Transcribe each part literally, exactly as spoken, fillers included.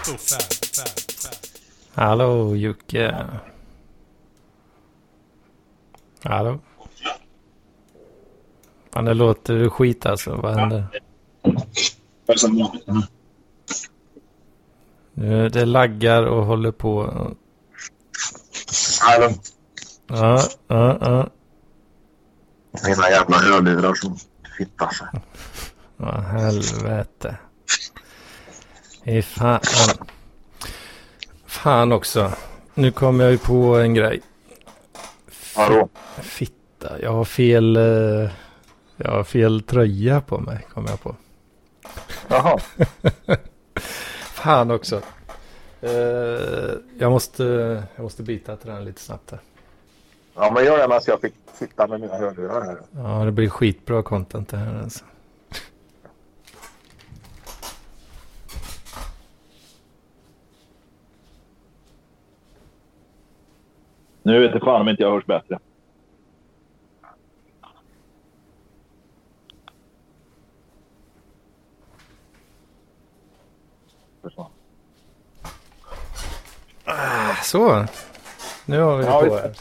Hallå Jocke. Hallå. Fan, det låter skit alltså. Vad händer? Nu, det laggar och håller på. Hallå. Ja, ja, ja. Mina jävla hörlurar som fittar sig. Ja, helvete. Fy fan. Fan också. Nu kommer jag ju på en grej. Hallå. Fitta. Jag har fel... eh, Jag har fel tröja på mig, kommer jag på. Jaha. Fan också. Eh, jag måste jag måste byta till den lite snabbt här. Ja, men gör det med så jag fick sitta med mina hörlurar här. Ja, det blir skitbra content det här alltså. Nu vet jag fan om inte jag hörs bättre. Ah, så. Nu har vi Ja, på visst. här.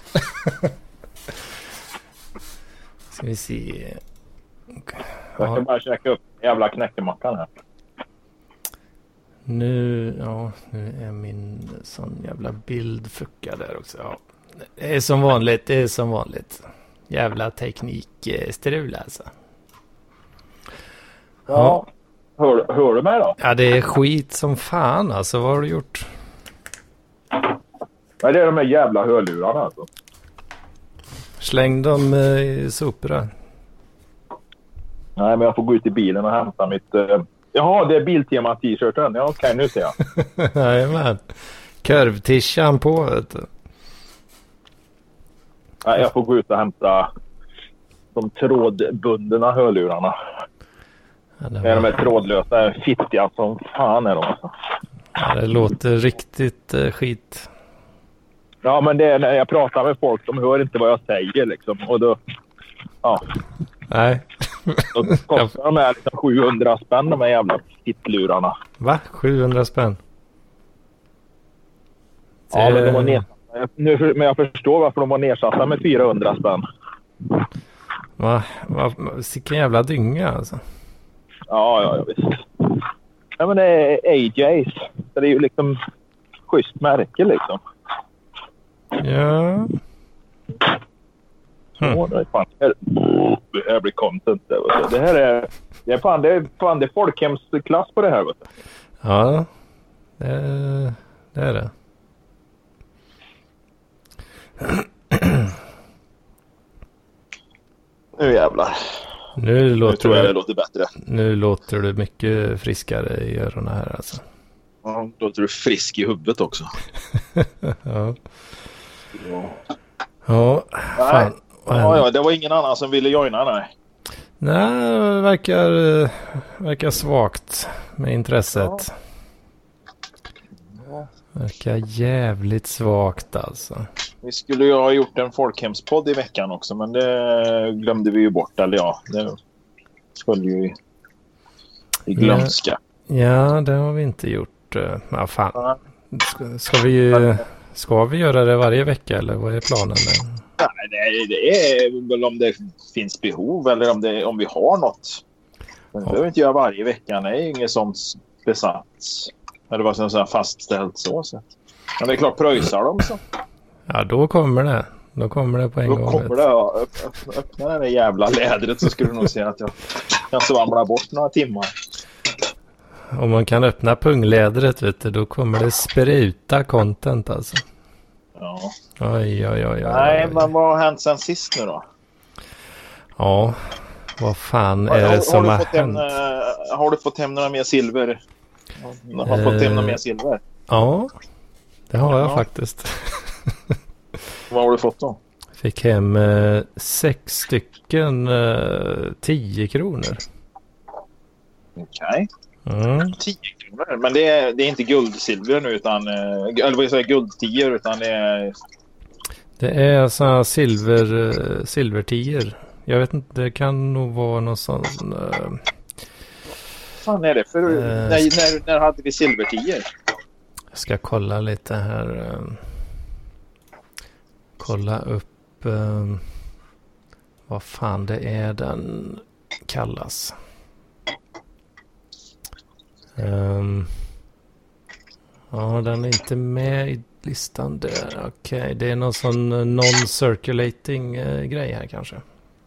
Ska vi se. Okay. Jag ska Ja, bara käka upp jävla knäckemackan här. nu, ja, nu är min sån jävla bild fuckad där också. Ja. Det är som vanligt, det är som vanligt. Jävla teknikstrul alltså. Ja. Hör, hör du mig då? Ja, det är skit som fan alltså. Vad har du gjort? Nej, det är de här jävla hörlurarna alltså. Släng dem eh, i soporna. Nej, men jag får gå ut i bilen och hämta mitt... Uh... Jaha, det är Biltema-t-shirten. Ja, okej, nu ser jag. Jajamän. Kurvtishan på, vet du. Nej, jag får gå ut och hämta de trådbundna hörlurarna. Ja, det, Det är de var... här trådlösa, fittiga som fan är de alltså. ja, det låter riktigt eh, skit. Ja, men det är när jag pratar med folk, de hör inte vad jag säger liksom. Och då... Ja. Nej. Då kostar de här liksom sjuhundra spänn, de här jävla fittlurarna. Va? sjuhundra spänn? Ja, men de var nedsatta. Nu, men jag förstår varför de var nedsatta med fyrahundra spänn. Va? Va? Vilken jävla dynga alltså. Ja, ja, ja, visst. Ja, men det är A J's. Så det är ju liksom schysst märke liksom. Ja. Mm. Oh, det, är fan, det, här, oh, det här blir content. Där, vet du. Det här är, det är fan, det är, fan, det är folkhemsklass på det här. Vet du. Ja. Det, det är det. Nu jävlar. Nu låter, Nu tror jag du, det låter bättre. nu låter du mycket friskare i öronen här alltså. Ja, då låter du frisk i huvudet också. Ja. Ja. Ja, fan. Ja, ja, det var ingen annan som ville joina, nej. Nej, det verkar, verkar svagt med intresset. Ja. Verkar jävligt svagt alltså. Vi skulle ju ha gjort en folkhemspodd i veckan också, men det glömde vi ju bort. Eller ja, det skulle ju i glömska. Ja, ja, det har vi inte gjort. Ja, fan. Ska, ska, vi, ska vi göra det varje vecka eller vad är planen? Nej, det, det är väl om det finns behov eller om, det, om vi har något. Men det ja. behöver inte göra varje vecka. Det är inget sånt besatt. Eller vad som är fastställt så sett. Men det är klart, pröjsar de så. Ja, då kommer det. Då kommer det på en då gång. Då kommer det. Ja, öppna, öppna det där jävla lädret så skulle du nog se att jag kan svamla bort några timmar. Om man kan öppna punglädret, vet du, då kommer det spruta content alltså. Ja. Oj, oj, oj, oj. Nej, oj. men vad har hänt sen sist nu då? Ja, vad fan Har, är det har, som har, har du fått hem, hänt? uh, har du fått hem några mer silver? Har du fått hem några mer silver? Ja, det har jag Ja. faktiskt. Vad har du fått då? Fick hem eh, sex stycken eh, tio kronor. Okej. Mm. tio kronor. Men det är, det är inte guldsilver nu utan, eh, eller vad säger guldtior utan det är... Det är sådana silver, eh, silvertior. Jag vet inte, det kan nog vara någon sån... Eh, Vad fan är det för... Eh, när, när, när hade vi silvertior? Jag ska kolla lite här. Um, kolla upp um, vad fan det är den kallas. Um, ja, den är inte med i listan där. Okej, okay. Det är någon sån non-circulating uh, grej här kanske.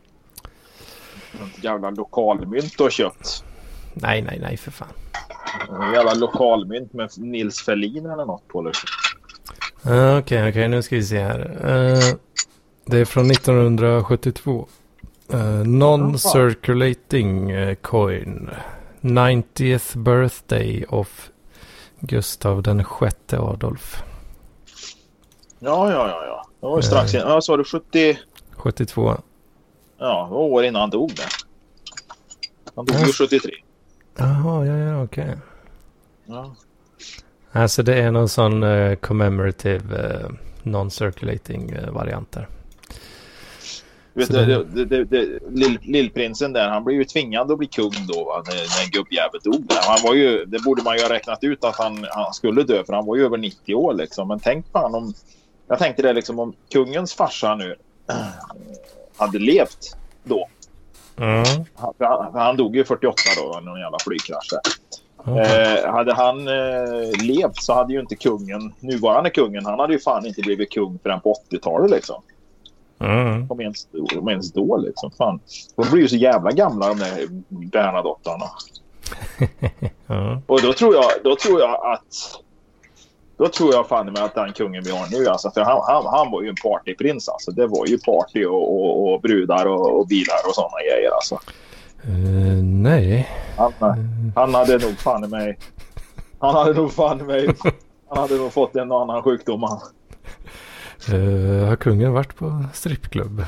Ett jävla lokalmynt du har köpt. Nej, nej, nej för fan. En jävla lokalmynt med Nils Ferlin eller något på det. Okej, okej, okay, nu ska vi se här. Uh, det är från nittonhundrasjuttiotvå. Uh, non-circulating uh, coin. ninetieth birthday of Gustav den sjätte Adolf. Ja, ja, ja, ja. Det var ju strax innan. Ja, sa du sjuttio... sjuttiotvå. Ja, det var år innan han dog det. Han dog ju sjuttiotre. Jaha, ja, ja, okej. Okay. Ja. Alltså det är någon sån uh, commemorative uh, non-circulating uh, varianter. Vet du, det... det, det, det, Lill, Lillprinsen där, han blev ju tvingad att bli kung då va, när, när gubbjävet dog. Han var ju, det borde man ju ha räknat ut att han, han skulle dö, för han var ju över nittio år liksom. Men tänk fan om, jag tänkte det liksom, om kungens farsa nu äh, hade levt då. Mm. Han, han, han dog ju fyrtioåtta då, någon jävla flygkrasch där. Mm. Eh, hade han eh, levt så hade ju inte kungen, nuvarande kungen, han hade ju fan inte blivit kung förrän på åttiotalet liksom. Mm. Om ens, om ens då liksom. Fan. De blir ju så jävla gamla de där Bernadottarna. Mm. Och då tror jag då tror jag att då tror jag fan med att den kungen vi har nu alltså, för han, han, han var ju en partyprins alltså. Det var ju party och, och, och brudar och, och bilar och sådana grejer alltså. Uh, nej. Han, han hade nog fan i mig han hade nog fan i mig han hade nog fått en annan sjukdom han. Uh, har kungen varit på strippklubb?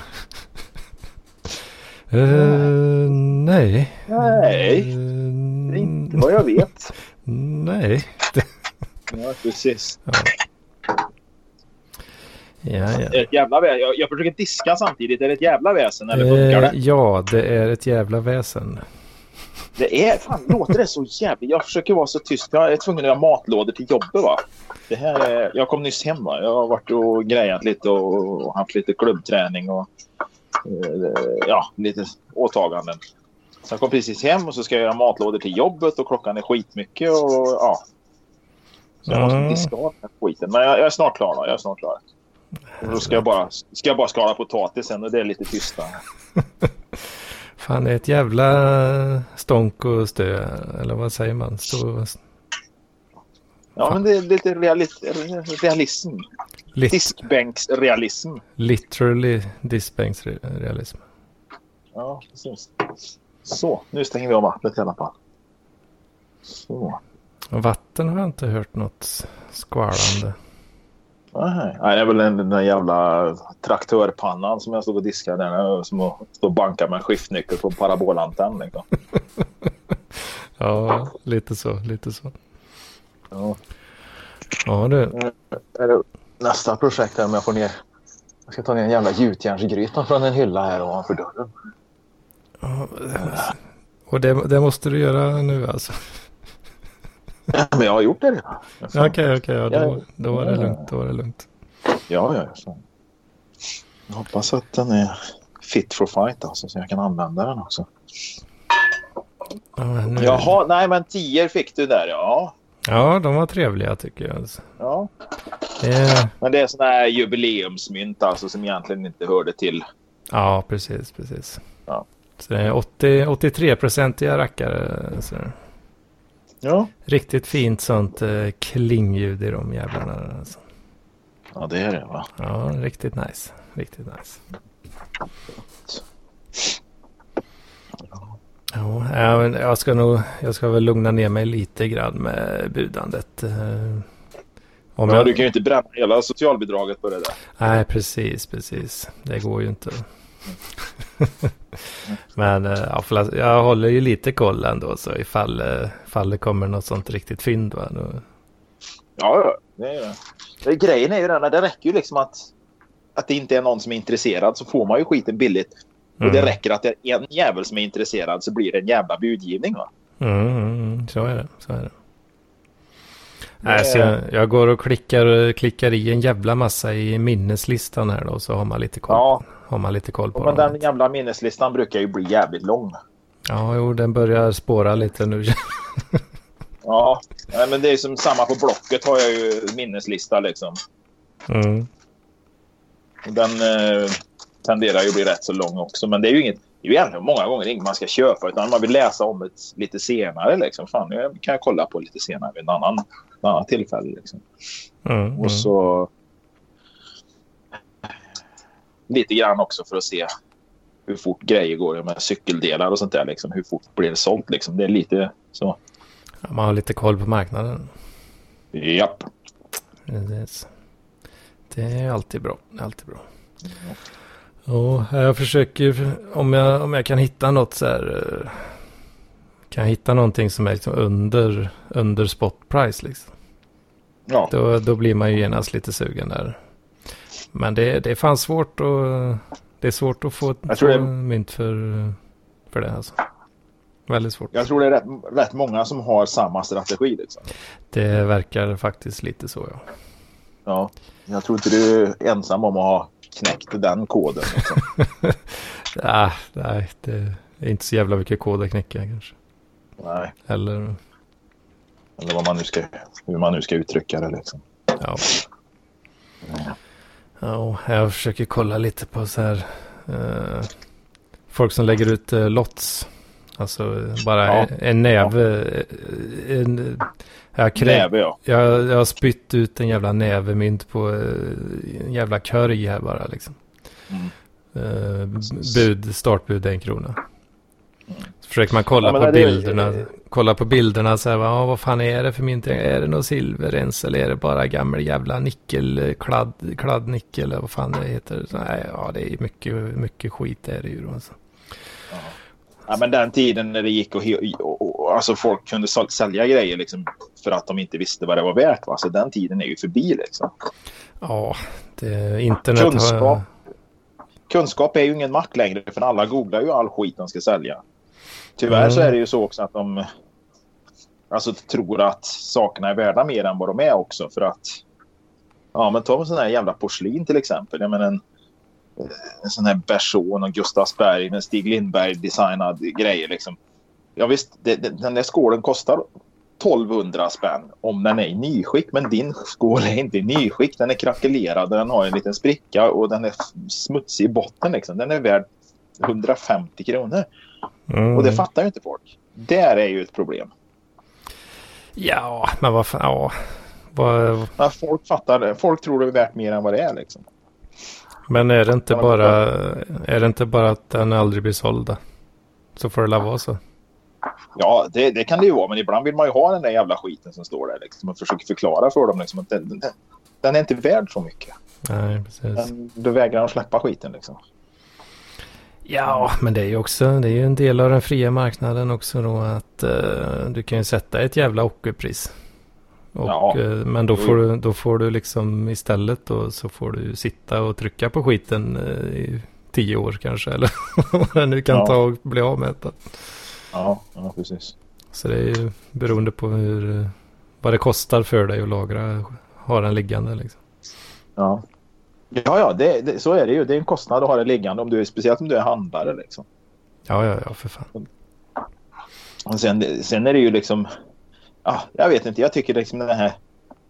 uh, nej. Nej. Uh, inte vad jag vet. Nej. Ja, precis. Ja. Ja, ja. Ett jävla väsen. Jag, jag försöker diska samtidigt. Är det ett jävla väsen eller funkar det? Uh, ja, det är ett jävla väsen. Det är, fan, låter det så jävligt. Jag försöker vara så tyst. Jag är tvungen att göra matlådor till jobbet va. Det här är, jag kom nyss hem va. Jag har varit och grejat lite och, och haft lite klubbträning och eh, ja, lite åtaganden. Så jag kom precis hem och så ska jag göra matlådor till jobbet och klockan är skitmycket och ja. Så jag måste Mm. diska av den här skiten. Men jag, jag är snart klar då. Jag är snart klar. Och då ska jag bara, ska jag bara skala potatisen och det är lite tysta. Fan, det är ett jävla stånk och stö. Eller vad säger man? Stå... Ja, men det är lite realis- realism. Lit- Diskbänksrealism. Literally diskbänksrealism. Ja, precis. Så, nu stänger vi av vattnet i alla fall. Så. Och vatten har jag inte hört något skvalande. Nej, Nej, det är väl den, den där jävla traktörpannan som jag stod och diskade där. Som att stå och banka med en skiftnyckel på parabolantenn. Liksom. Ja, lite så, lite så. Ja. Ja, du. Är det nästa projekt här om jag får ner... Jag ska ta ner en jävla gjutjärnsgryta från en hylla här ovanför dörren. Ja, och det, det måste du göra nu alltså. Ja, men jag har gjort det redan. Okej, okej. Okay, ja, då, Ja, då var det ja. lugnt. Då var det lugnt. Ja, ja. Så. Jag hoppas att den är fit for fight alltså, så jag kan använda den också. Ja, nu... Jaha, nej men tio fick du där, ja. Ja, de var trevliga tycker jag. Alltså. Ja. Eh, Men det är sån här jubileumsmynt alltså som egentligen inte hörde till. ja, precis, precis. Ja. Så det är åttio, åttiotre procentiga rackare. Så. Ja. Riktigt fint sånt eh, klingljud i de jävlarna. Alltså. Ja, det är det va. Ja, riktigt nice. Riktigt nice. Ja, ja, men jag ska nog, jag ska väl lugna ner mig lite grann med budandet. Eh, om Ja, jag... du kan ju inte bränna hela socialbidraget på det där. Nej, precis, precis. Det går ju inte. Men eh, ja, för jag håller ju lite koll ändå, så ifall, eh, ifall det kommer något sånt riktigt fynd va. Då... Ja, ja, det är det. Det, grejen är ju den, det räcker ju liksom att, att det inte är någon som är intresserad så får man ju skiten billigt. Och Mm. det räcker att det är en jävel som är intresserad så blir det en jävla budgivning va. Mm, mm, så är det, så är det. Nej, så jag, jag går och klickar, klickar i en jävla massa i minneslistan här då, så har man lite koll, ja. har man lite koll på Men dem. den jävla minneslistan brukar ju bli jävligt lång. Ja, jo, den börjar spåra lite nu. Ja, men det är som samma på Blocket har jag ju minneslista liksom. Mm. Den eh, tenderar ju att bli rätt så lång också. Men det är ju inget, det är ju egentligen många gånger inget man ska köpa, utan man vill läsa om det lite senare liksom. Fan, det kan jag kolla på lite senare vid en annan, en annan tillfälle liksom. Mm, mm. Och så lite grann också för att se hur fort grejer går med cykeldelar och sånt där liksom. Hur fort blir det sålt liksom. Det är lite så. Ja, man har lite koll på marknaden. Japp. Det, det är alltid bra. Det är alltid bra. Och jag försöker, om jag, om jag kan hitta något så här, kan jag hitta någonting som är liksom under, under spot price liksom. Ja. Då, då blir man ju genast lite sugen där. Men det, det är fan svårt att, det är svårt att få, jag tror få det... mynt för, för det alltså. Väldigt svårt. Jag tror det är rätt, rätt många som har samma strategi liksom. Det verkar faktiskt lite så, ja. Ja, jag tror inte du är ensam om att ha knäckt den koden. Liksom. ah, nej, det är inte så jävla mycket kod att knäcka kanske. Nej. Eller... Eller vad man nu ska, hur man nu ska uttrycka det liksom. Ja. Ja, jag försöker kolla lite på så här uh, folk som lägger ut uh, lots. Alltså bara ja. en, en näve. Ja. En, jag, krä- näve, ja. jag, jag har spytt ut en jävla nävemynt på uh, en jävla curry här bara liksom. Mm. Uh, bud, startbud en krona. Så försöker man kolla ja, på bilderna. Det... Kolla på bilderna så här, ja, vad fan är det för mynt? Är det något silver ens eller är det bara gammal jävla nickel, kladd, kladdnickel eller vad fan det heter? Så, nej, ja, det är mycket, mycket skit är det ju då alltså. Ja. Ja, men den tiden när det gick och, och, och alltså folk kunde sälja grejer liksom för att de inte visste vad det var värt. Va? Så den tiden är ju förbi liksom. Ja, det, internet kunskap, har... kunskap är ju ingen makt längre för alla googlar ju all skit de ska sälja. Tyvärr mm. så är det ju så också att de alltså tror att sakerna är värda mer än vad de är också för att ja men ta en sån här jävla porslin till exempel. Jag menar en, en sån här Berson och Gustavsberg med Stig Lindberg designad grejer liksom. Ja visst, det, det, den där skålen kostar tolvhundra spänn om den är i nyskick, men din skål är inte i nyskick, den är krackelerad och den har en liten spricka och den är smutsig i botten liksom. Den är värd hundrafemtio kronor. Mm. Och det fattar ju inte folk. Där är ju ett problem. Ja, men vad fan, ja. Vad... Ja, folk fattar det. Folk tror det är värt mer än vad det är liksom. Men är det inte bara är det inte bara att den aldrig blir såld? Så får det la vara så. Ja, det, det kan det ju vara, men ibland vill man ju ha den där jävla skiten som står där liksom, och försöker förklara för dem liksom, att den, den, den är inte värd så mycket. Nej, precis. Men då vägrar de släppa skiten liksom. Ja, men det är ju också, det är ju en del av den fria marknaden också då att uh, du kan ju sätta ett jävla ockerpris. Och, ja, uh, men då får, du, då får du liksom istället då så får du sitta och trycka på skiten uh, i tio år kanske eller vad nu kan ja. ta och bli av med det. Ja, ja, precis. Så det är ju beroende på hur, vad det kostar för dig att lagra, ha den liggande liksom. Ja. Ja, ja, det, det, så är det ju. Det är en kostnad att ha det liggande, om du är, speciellt om du är handlare liksom. Ja, ja, ja, för fan. Och sen, sen är det ju liksom, ja, jag vet inte, jag tycker liksom det här,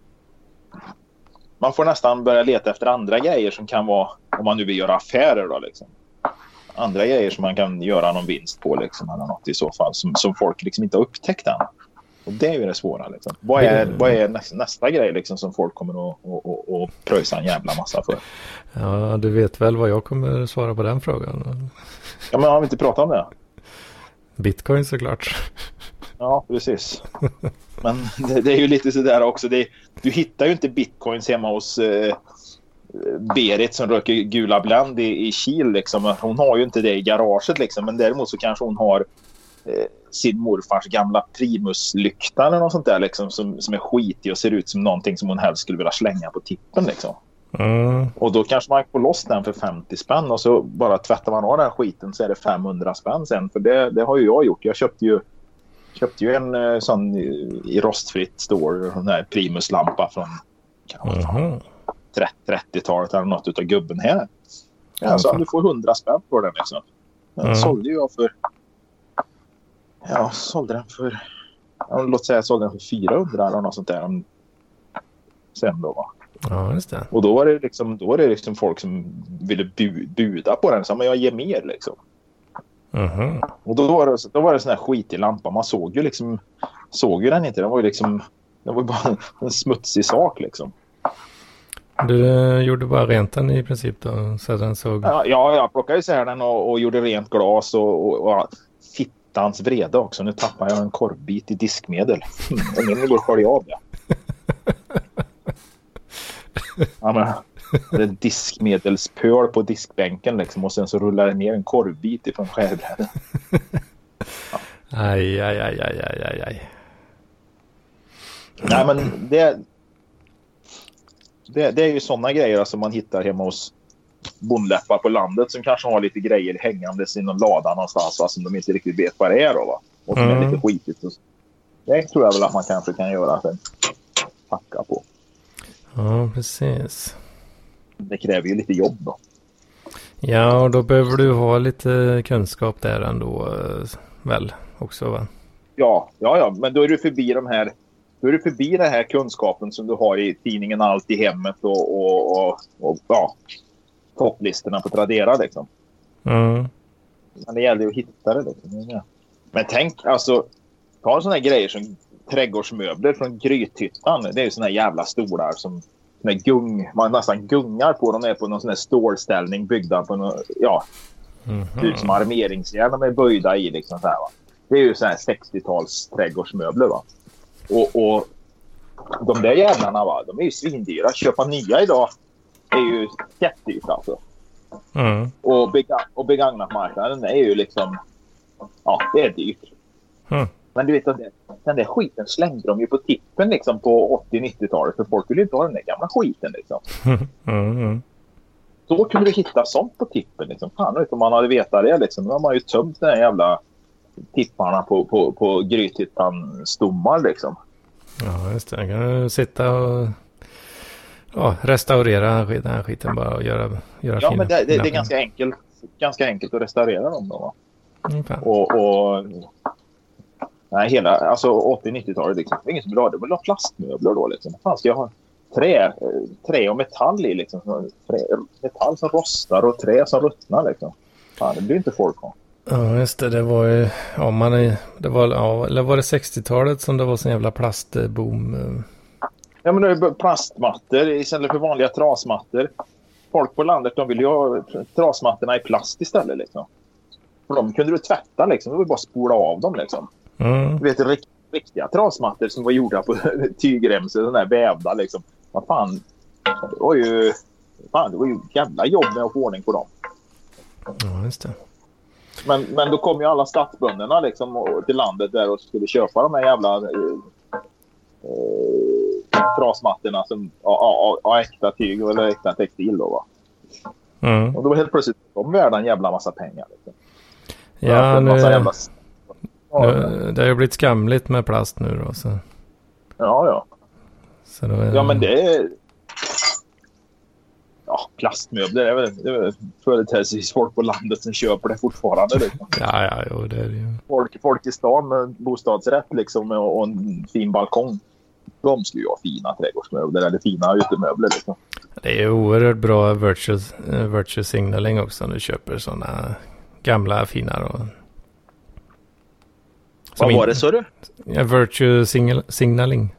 man får nästan börja leta efter andra grejer som kan vara, om man nu vill göra affärer då liksom. Andra grejer som man kan göra någon vinst på liksom, eller något i så fall, som, som folk liksom inte har upptäckt än. Och det är ju det svåra liksom. Vad är, mm. vad är nästa, nästa grej liksom som folk kommer att, att, att, att pröjsa en jävla massa för? Ja, du vet väl vad jag kommer svara på den frågan. Ja, men har vi inte pratat om det? Bitcoin såklart. Ja, precis. Men det, det är ju lite sådär också. Det, du hittar ju inte bitcoins hemma hos eh, Berit som röker gula bland i, i Kil liksom. Hon har ju inte det i garaget liksom. Men däremot så kanske hon har eh, sin morfars gamla primuslykta eller något sånt där liksom, som, som är skitig och ser ut som någonting som hon helst skulle vilja slänga på tippen liksom. Mm. Och då kanske man får loss den för femtio spänn och så bara tvättar man av den skiten så är det femhundra spänn sen. För det, det har ju jag gjort. Jag köpte ju Köpte ju en uh, sån i, i rostfritt står en här Primus-lampa från Mm-hmm. trettiotalet eller något utav gubben här. Ja, så du får hundra spänn på den liksom. Den Mm. sålde jag för ja, sålde den för ja, låt säga jag sålde den för fyrahundra eller något sånt där sen då va. Ja, just det. Och då var det liksom då var det liksom folk som ville bu- buda på den så men jag ger mer liksom. Mhm. Och då var det då var det sån här skitig lampa. Man såg ju liksom såg ju den inte. Den var ju liksom det var ju bara en smutsig sak liksom. Du eh, gjorde bara rent den i princip då, så den såg... Ja, ja jag plockade isär den och, och gjorde rent glas och, och, och fittans vrede också. Nu tappar jag en korvbit i diskmedel. Och nu går skölja av det. Ja, men, det är diskmedelspöl på diskbänken liksom och sen så rullar det ner en korvbit ifrån skärbrädan. Ja. Aj, aj, aj, aj, aj, aj, aj. Nej, men det, det, det är ju sådana grejer som man hittar hemma hos bondläppar på landet som kanske har lite grejer hängandes i någon lada någonstans va, som de inte riktigt vet vad det är då, va? Och som Mm. är lite skitigt. Det tror jag väl att man kanske kan göra en packa på. Ja, precis. Det kräver ju lite jobb då. Ja, och då behöver du ha lite kunskap där ändå eh, väl också va? Ja, ja, ja, men då är du förbi de här då är du förbi den här kunskapen som du har i tidningen Allt i hemmet och, och, och, och ja, topplistorna på Tradera liksom. Mm. Men det gäller ju att hitta det liksom. Ja. Men tänk, alltså ta sådana här grejer som trädgårdsmöbler från Grythyttan. Det är ju sådana här jävla stolar som med gung, man nästan gungar på dem är på någon sån här stålställning byggda på någon, ja, Mm-hmm. ut som armeringsjärn de är böjda i liksom så här, va. Det är ju så här sextio-tals trädgårdsmöbler va. Och, och de där jävlarna va, de är ju svindyra. Köpa nya idag är ju jättedyrt alltså. Mm. Och, bega- och begagnat marknaden är ju liksom, ja, det är dyrt. Mm. Men du vet att det, den där skiten slängde de ju på tippen liksom på åttio-nittiotalet för folk ville inte ha den där gamla skiten liksom. Mm. Då kunde du hitta sånt på tippen liksom. Fan, vet, om man hade vetat det liksom, då har man ju tömt den här jävla tipparna på, på, på Grythyttan stommar liksom. Ja, just det. Kan du sitta och ja, restaurera den här skiten bara och göra, göra Ja, fina. men det, det, det är fina- ganska enkelt, ganska enkelt att restaurera dem då va? Ungefär. Och, och nej, hela, alltså åttio-nittiotalet liksom. Det är ingen som vill ha det. Det vill ha plastmöbler då liksom. Fan ska jag ha trä, eh, trä och metall i liksom. Trä, metall som rostar och trä som ruttnar liksom. Fan, det blir inte folk ha. Ja, just det. Det var ju, ja, man är, det var, ja, eller var det sextiotalet som det var sån jävla plastboom? Ja, men det är plastmattor istället för vanliga trasmattor. Folk på landet, de vill ju ha trasmattorna i plast istället liksom. För de kunde du tvätta liksom. Du vill bara spola av dem liksom. Mm. Du vet, rikt, riktiga trasmattor som var gjorda på tygremsor, sådana där vävda liksom. Vad fan, det var ju, fan, det var ju jävla jobb med att få ordning på dem. Ja, just det. Men, men då kom ju alla stadsbönderna liksom och, till landet där och skulle köpa de här jävla eh, eh, trasmattorna som ja, ja, ja, äkta tyg eller äkta textil då va. Mm. Och då var helt plötsligt de värda en jävla massa pengar liksom. Ja, en nu, massa jävla... ja, nu, det har ju blivit skamligt med plast nu då. Så, ja, ja. så då är, Ja, men det är... Ja, plastmöbler är väl, det är väl företrädesvis folk på landet som köper det fortfarande. Liksom. Ja, ja, jo, det är det ju. Folk, folk i stan med bostadsrätt liksom, och, och en fin balkong. De skulle ju ha fina trädgårdsmöbler eller fina utemöbler. Liksom. Det är ju oerhört bra virtual, uh, virtual signaling också när du köper sådana gamla fina. Och, Vad var det, så du? Ja, virtual signal, signaling.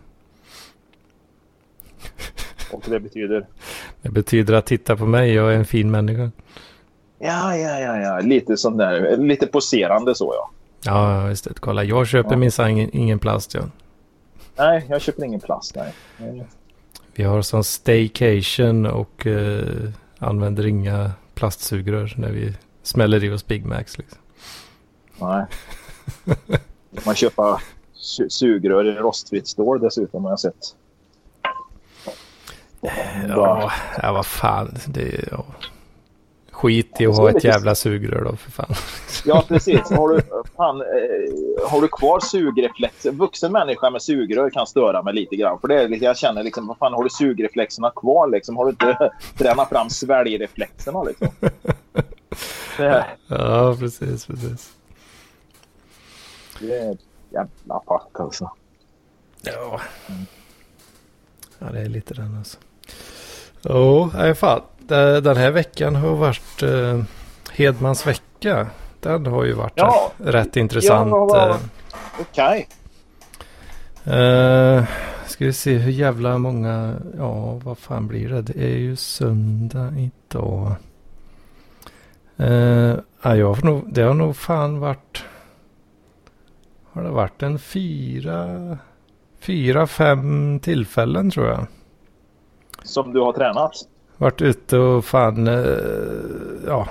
Och det betyder... Det betyder att titta på mig, jag är en fin människa. Ja, ja, ja, ja. Lite sån där, lite poserande så, ja. Ja, just det. Kolla, jag köper Ja. minsann ingen, ingen plast, ja. Nej, jag köper ingen plast, nej. nej. Vi har sån staycation och eh, använder inga plastsugrör när vi smäller i oss Big Macs liksom. Nej. Man köper su- sugrör i rostfritt stål dessutom har jag sett. Ja, ja vad fan. Det är, ja. Skit i att ha ett jävla sugrör då, för fan. Ja, precis. Har du, fan, eh, har du kvar sugreflex? Vuxen människa med sugrör kan störa mig lite grann. För det är lite, jag känner liksom, vad fan, har du sugreflexerna kvar liksom? Har du inte tränat fram sväljreflexerna liksom? Det, ja, precis, precis. det är jävla pack alltså. Ja. Ja, det är lite den alltså. Jo, oh, fan. Den här veckan har varit eh, Hedmans vecka. Den har ju varit ja. rätt, rätt intressant. Ja, okej. Okay. Uh, ska vi se hur jävla många... Ja, vad fan blir det? Det är ju söndag idag. Uh, ja, jag har nog, det har nog fan varit... Har det varit en fyra... Fyra, fem tillfällen tror jag. Som du har tränat? Varit ute och fan... Uh, ja...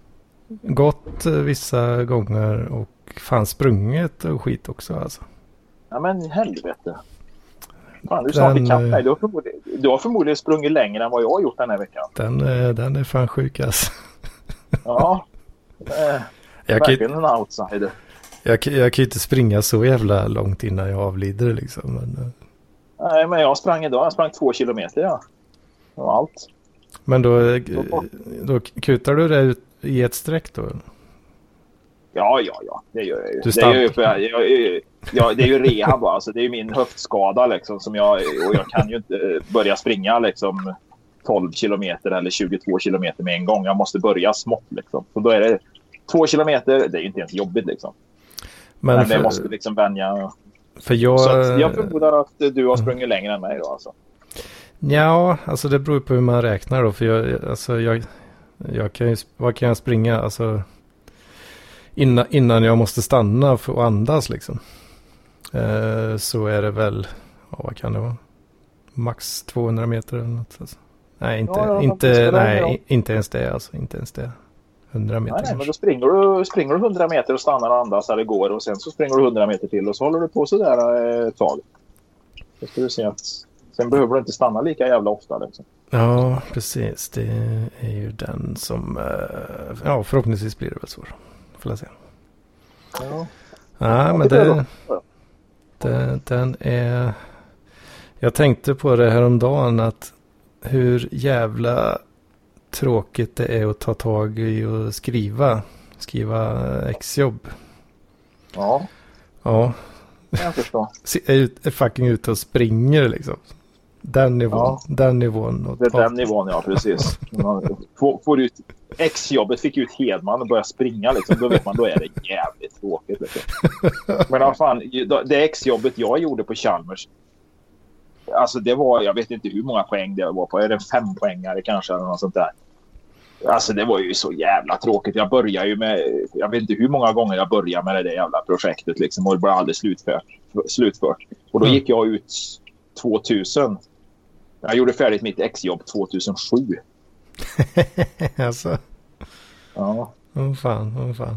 Gått vissa gånger och fan sprungit och skit också alltså. Ja men helvete. Fan, du snart i kapp mig. Du har, förmodligen, du har förmodligen sprungit längre än vad jag har gjort den här veckan. Den, den är fan sjuk alltså. Ja. Eh, jag verkligen kan, en outsider. Jag, jag kan ju inte springa så jävla långt innan jag avlider liksom. Men, nej men jag sprang idag. Jag sprang två kilometer ja. Det var allt. Men då, då, då kutar du det ut i ett streck då? Ja, ja, ja. Det gör jag ju. Du det, är ju för, jag, jag, jag, det är ju rehab alltså. Det är ju min höftskada liksom. Som jag, och jag kan ju inte börja springa liksom tolv kilometer eller tjugotvå kilometer med en gång. Jag måste börja smått liksom. Så då är det två kilometer. Det är ju inte ens jobbigt liksom. Men, Men för, jag måste liksom vänja. För jag... Så jag förmodar att du har sprungit mm. längre än mig då alltså. Ja, alltså det beror på hur man räknar då. För jag, alltså jag... Jag kan ju, vad kan jag springa alltså innan, innan jag måste stanna för att andas liksom. Eh, så är det väl, ja, vad kan det vara? Max tvåhundra meter eller något alltså. Nej, inte, ja, inte, nej inte ens det alltså, inte ens det. hundra meter. Nej, nej men då springer du, springer du hundra meter och stannar och andas eller går och sen så springer du hundra meter till och så håller du på så där ett tag. Då ska du se att sen behöver du inte stanna lika jävla ofta liksom. Ja, precis. Det är ju den som... Uh, ja, förhoppningsvis blir det väl så. Får jag se. Ja. Ja, men det, det... Den är... Jag tänkte på det här om dagen att hur jävla tråkigt det är att ta tag i och skriva. Skriva exjobb. Ja. Ja. Jag förstår. Är, är fucking ute och springer liksom. Den nivån, ja. den nivån. Det är den nivån, ja, precis. Får, får ut X-jobbet fick ut Hedman och börja springa liksom, då vet man, då är det jävligt tråkigt liksom. Men ja, fan, det X-jobbet jag gjorde på Chalmers, alltså det var, jag vet inte hur många poäng det var på, är det fem poängare kanske eller något sånt där. Alltså det var ju så jävla tråkigt. Jag började ju med, jag vet inte hur många gånger jag började med det där jävla projektet liksom, och det var aldrig slutfört, slutfört. Och då mm. gick jag ut tvåtusen. Jag gjorde färdigt mitt exjobb tvåtusensju. Alltså. Ja. Åh oh, fan, åh oh, fan.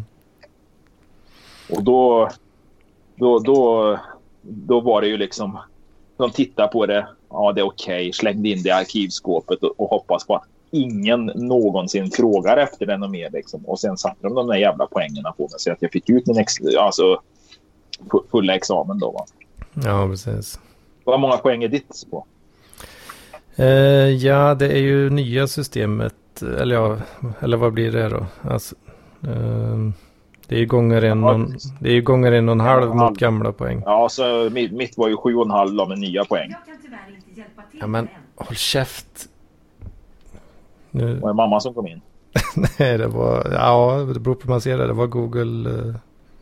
Och då, då, då, då var det ju liksom, de tittar på det, ja det är okej, okay. Slängde in det i arkivskåpet och, och hoppas på att ingen någonsin frågar efter den och mer liksom. Och sen satte de de där jävla poängerna på mig så att jag fick ut min ex, alltså fulla examen då va. Ja, precis. Vad många poäng är ditt på? Eh, ja, det är ju nya systemet. Eller ja, eller vad blir det då? Alltså, eh, det är ju gånger en, ja, någon, det är ju gånger en och en halv ja, mot gamla poäng. Ja, så mitt, mitt var ju sju och en halv med nya poäng. Ja, men håll käft. Nu... Var det mamma som kom in? Nej, det var, ja, det beror på hur man ser det. Det var Google, uh,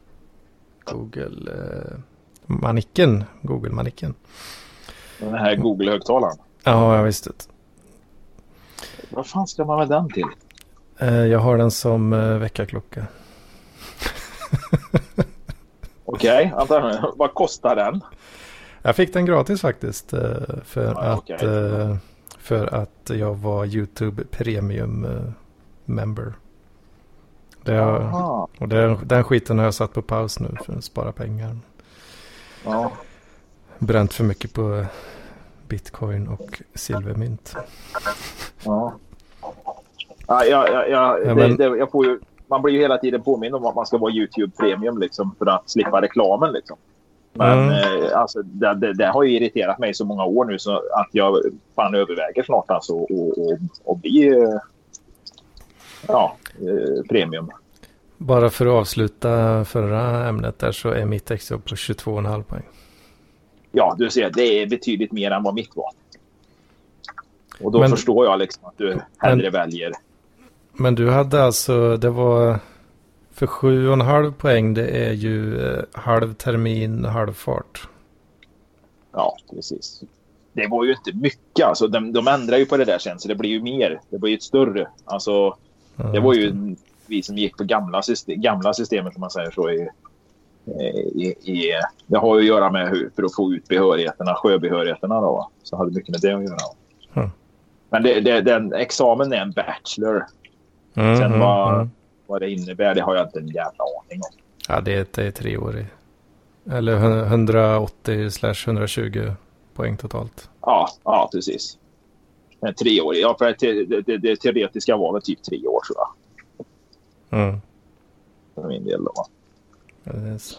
Google, uh, manicken, Google manicken. Den här Google-högtalaren. Ja, jag visste det. Vad fan ska man med den till? Uh, jag har den som uh, väckarklocka. Okej, okay, vad kostar den? Jag fick den gratis faktiskt uh, för ja, att okay. uh, för att jag var YouTube Premium uh, member. Det har, och det, den skiten har jag satt på paus nu för att spara pengar. Ja. Bränt för mycket på Bitcoin och silvermynt. Ja. Ja, ja, ja, ja men... det, det, jag får ju man blir ju hela tiden påminn om att man ska vara YouTube Premium liksom, för att slippa reklamen liksom. Men Mm. eh, alltså, det, det, det har ju irriterat mig så många år nu så att jag fan överväger snart alltså och, och, och bli eh, ja, eh, premium. Bara för att avsluta förra ämnet där så är mitt extra på tjugotvå komma fem poäng. Ja, du ser, det är betydligt mer än vad mitt var. Och då Men- förstår jag liksom att du hellre Men- väljer. Men du hade alltså, det var för sju komma fem poäng, det är ju eh, halv termin, halv fart. Ja, precis. Det var ju inte mycket. Alltså, de, de ändrar ju på det där sen så det blir ju mer. Det blir ju ett större. Alltså, Ja, det var ju vi som gick på gamla, system, gamla systemet som man säger så i, i, i, det har ju att göra med hur, för att få ut behörigheterna, sjöbehörigheterna då. Så hade mycket med det att göra. Mm. Men det, det, den examen är en bachelor. Mm, Sen mm, vad, mm. vad det innebär, det har jag inte en jävla aning om. Ja, det är, det är tre år i. Eller hundraåttio slash hundratjugo poäng totalt. Ja, ja precis. En treårig. Ja, för det, det, det, det teoretiska var väl typ tre år tror jag. Mm. För min del då. Ja, det är så.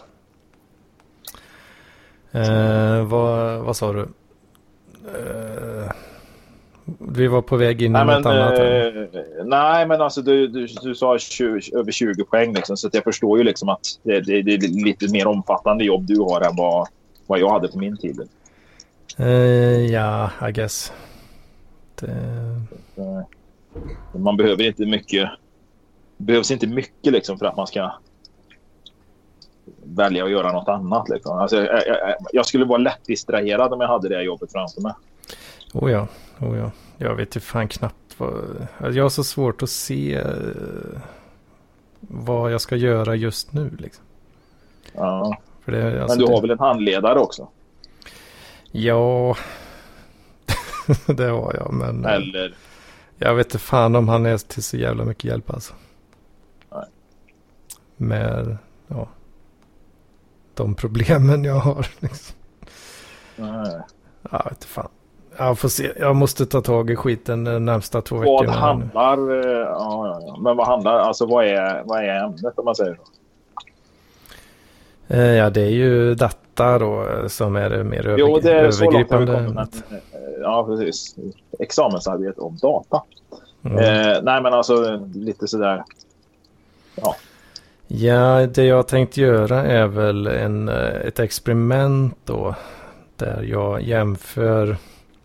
Eh, vad, vad sa du? Eh, vi var på väg in i Nej något men, annat. här. eh, nej, men alltså du, du, du sa tjugo, över tjugo poäng liksom, så att jag förstår ju liksom att det, det, det är lite mer omfattande jobb du har än vad, vad jag hade på min tid. Eh, ja, I guess. Det... Eh, Man behöver inte mycket behövs inte mycket liksom för att man ska välja att göra något annat liksom. Alltså, jag, jag, jag skulle vara lätt distraherad om jag hade det jobbet framför mig. Oh ja, oh ja. Jag vet ju fan knappt vad... Jag har så svårt att se eh, vad jag ska göra just nu liksom. Ja. För det, alltså, Men du det... har väl en handledare också? Ja, det har jag, men... Eller... Jag vet inte fan om han är till så jävla mycket hjälp alltså. Nej. Med, ja, de problemen jag har liksom. Nej. Jag vet inte fan. Jag får se. Jag måste ta tag i skiten de närmsta två Vad veckorna. handlar... eh, Ja, ja, ja. Men vad handlar... Alltså vad är, vad är ämnet om man säger så? Eh, ja, det är ju data då som är det mer Jo, det är så långt har vi övergripande. kommit. Men, eh, ja, precis. Examensarbete om data. Mm. Eh, nej, men alltså lite sådär... Ja. Ja, det jag tänkt göra är väl en, eh, ett experiment då. Där jag jämför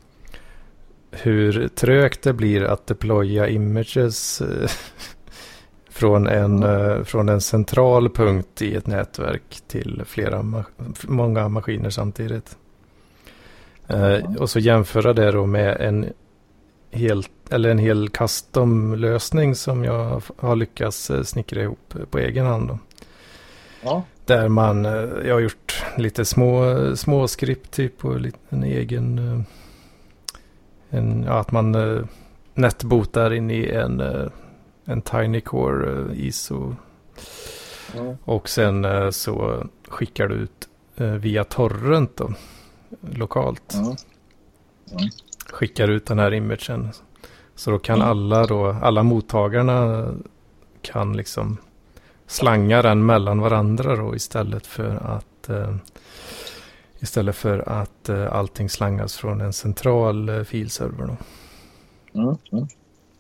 hur trögt det blir att deploya images eh, från, en, eh, från en central punkt i ett nätverk till flera ma- många maskiner samtidigt. Eh, och så jämföra det då med en helt eller en hel custom-lösning som jag har lyckats eh, snickra ihop på egen hand då. Ja. Där man, eh, jag har gjort lite små, små skript typ och lite en egen, eh, en, ja, att man eh, netbootar in i en, eh, en Tiny Core eh, I S O. Mm. Och sen eh, så skickar du ut eh, via torrent då, lokalt. Mm. Mm. Skickar ut den här imagen. Så då kan Mm. alla då, alla mottagarna kan liksom slanga den mellan varandra då istället för att eh, istället för att eh, allting slangas från en central eh, filserver då. Mm. Mm.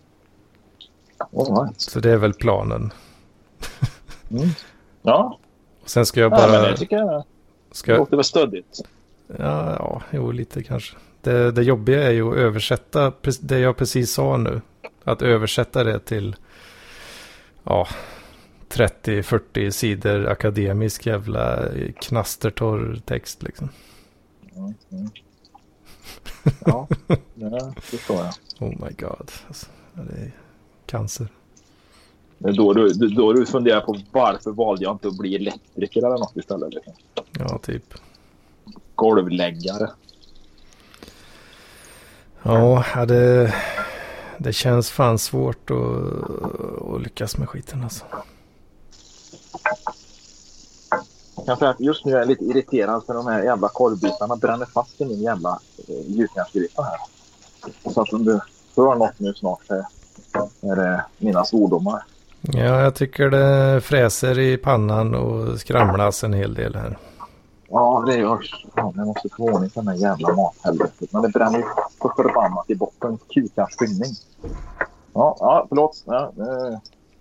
All right. Så det är väl planen. Mm. Ja, Och sen ska jag ja men bara... det tycker jag Ska det jag, låter väl stödigt. ja, ja, jo lite kanske. Det, det jobbiga är ju att översätta pre- det jag precis sa nu. Att översätta det till ja, trettio fyrtio sidor akademisk jävla knastertorr text liksom. Mm. Mm. Ja, det förstår jag. Oh my god. Alltså, ja, det är cancer. Det är då du, då du funderar på varför valde jag inte att bli elektriker eller något istället. Liksom. Ja, typ. Golvläggare. Ja, ja, det, det känns fan svårt att, att lyckas med skiten alltså. Jag kan säga att just nu är jag lite irriterad för de här jävla korvbitarna bränner fast i min jävla eh, gjutjärnsgryta här. Så att om du hör något nu snart så är det mina svordomar. Ja, jag tycker det fräser i pannan och skramlas en hel del här. Ja, det är ju... Ja, jag måste få ordning på den här jävla mathelvetet. Men det bränner ju så förbannat i botten. Kukans skymning. Ja, ja, förlåt. Ja, det...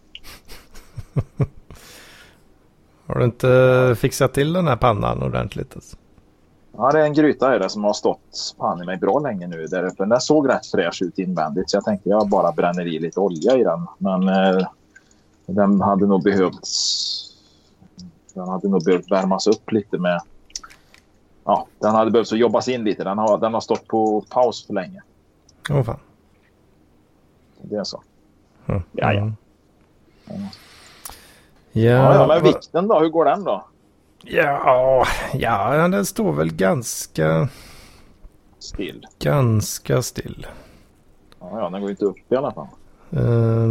Har du inte fixat till den här pannan ordentligt? Alltså? Ja, det är en gryta är det som har stått pan i mig bra länge nu där uppe. Den såg rätt fräsch ut invändigt så jag tänkte jag bara bränner i lite olja i den. Men eh, den hade nog behövt den hade nog behövt värmas upp lite med ja, den hade behövt så jobbas in lite. Den har, den har stått på paus för länge. Åh oh, fan. Det är så. Mm. Ja, ja. Mm. Ja. Ja, Ja, ja, men vikten då? Hur går den då? Ja, ja, den står väl ganska Still. Ganska still. Ja, ja, den går inte upp i alla fall. Uh,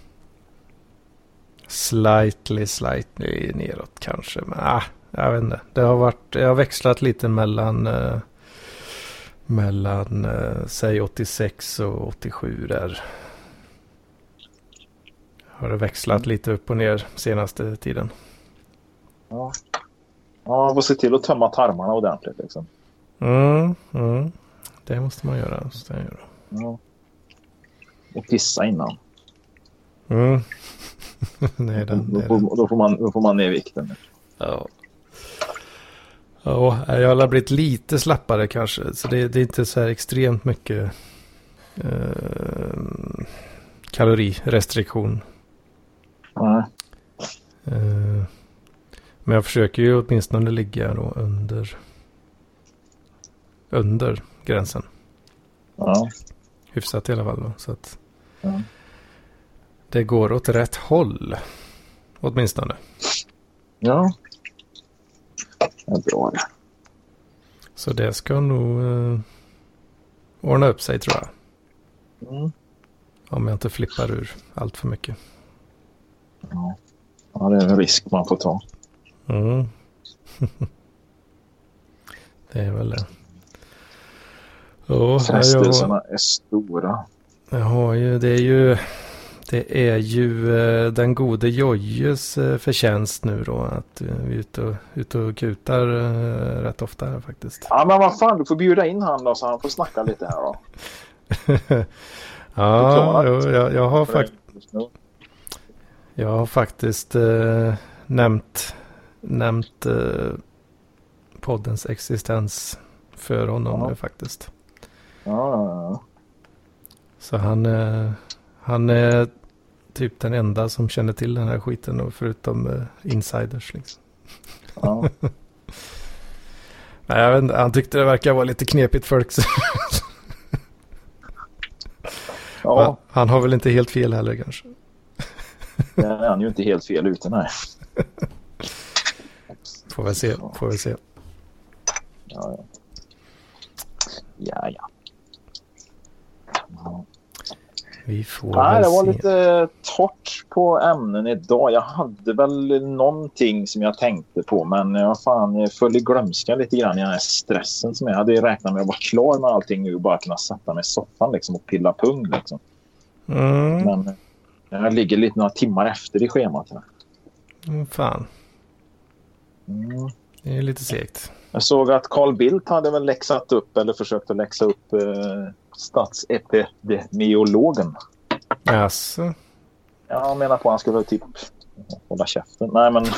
slightly, slightly neråt kanske. Men ah, jag vet inte. Det har varit, jag har växlat lite mellan uh, mellan uh, säg åttiosex och åttiosju där. Har det växlat lite upp och ner senaste tiden. Ja. Ja, man får se till att tömma tarmarna ordentligt liksom. Mm, mm. Det måste man göra. Måste jag göra. Ja. Och pissa innan. Mm. Nej, den, då, får, då, får man, då får man ner vikten. Ja. Ja, jag har blivit lite slappare kanske. Så det, det är inte så här extremt mycket eh, kalorirestriktion. Nej. Eh, men jag försöker ju åtminstone ligga då under under gränsen. Ja. Hyfsat i alla fall då. Så att Ja. det går åt rätt håll. Åtminstone. Ja. Det är bra det. Så det ska nog eh, ordna upp sig tror jag. Mm. Om jag inte flippar ur allt för mycket. Ja. Ja, det är en risk man får ta. Mm. Det är väl det. Oh, Frestelserna jag, är stora. Jag har ju, det är ju det är ju eh, den gode Jojjes eh, förtjänst nu då att eh, vi är ute och, ute och kutar eh, rätt ofta här faktiskt. Ja, men vad fan, du får bjuda in han då så han får snacka lite här då. Ja, jo, jag, jag har faktiskt jag har faktiskt eh, nämnt nämnt eh, poddens existens för honom ja. nu faktiskt. Ja, ja, ja. Så han, eh, han är typ den enda som känner till den här skiten och förutom eh, insiders liksom. Ja. Nej, jag vet inte, han tyckte det verkar vara lite knepigt folk. Så. Ja. Han, han har väl inte helt fel heller kanske. Det är han ju inte helt fel ute, nej. Får väl se, får väl se. Ja, ja. Ja, ja. Ja. Vi får Nej, väl det var se. lite torrt på ämnen idag. Jag hade väl någonting som jag tänkte på, men jag fan föll i glömska lite grann i den här stressen som jag hade räknat med att vara klar med allting nu och bara kunna sätta mig i soffan liksom och pilla pung liksom. Mm. Men jag ligger lite några timmar efter i schemat här. Mm, fan. Mm. Det är lite segt. Jag såg att Carl Bildt hade väl läxat upp eller försökt att läxa upp eh, statsepidemiologen. Alltså. Ja, jag menar på att han skulle typ hålla käften. Nej, men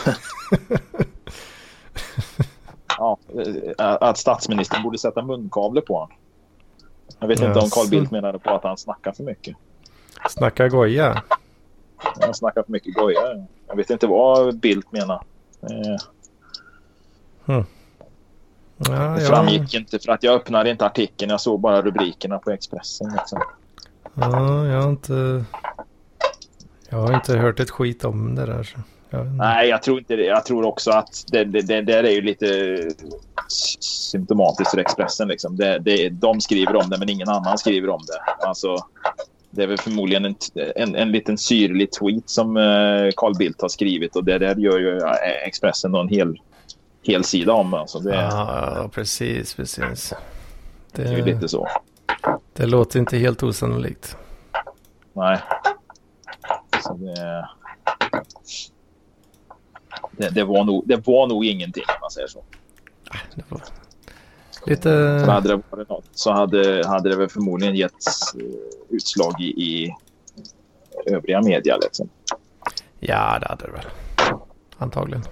ja, att statsministern borde sätta munkavle på honom. Jag vet inte om Carl Bildt menade på att han snackar för mycket. Snacka goja. Han snackar för mycket goja. Jag vet inte vad Bildt menar. Eh, Hmm. Ja, det ja. framgick inte för att jag öppnade inte artikeln. Jag såg bara rubrikerna på Expressen. Liksom. Ja, jag har inte jag har inte hört ett skit om det där. Så jag Nej, jag tror inte det. Jag tror också att det, det, det, det är ju lite symptomatiskt för Expressen. Liksom. Det, det, de skriver om det, men ingen annan skriver om det. Alltså, det är väl förmodligen en, en, en liten syrlig tweet som Carl Bildt har skrivit. Och det där gör ju Expressen en hel, hel sida om. Alltså, det, ja, precis, precis. Det, det är ju lite så. Det låter inte helt osannolikt. Nej. Så det, det, det, var nog, det var nog ingenting om man säger så. Det var lite... Så hade det varit något så hade, hade det väl förmodligen gett uh, utslag i, i övriga media liksom. Ja, det hade det väl. Antagligen.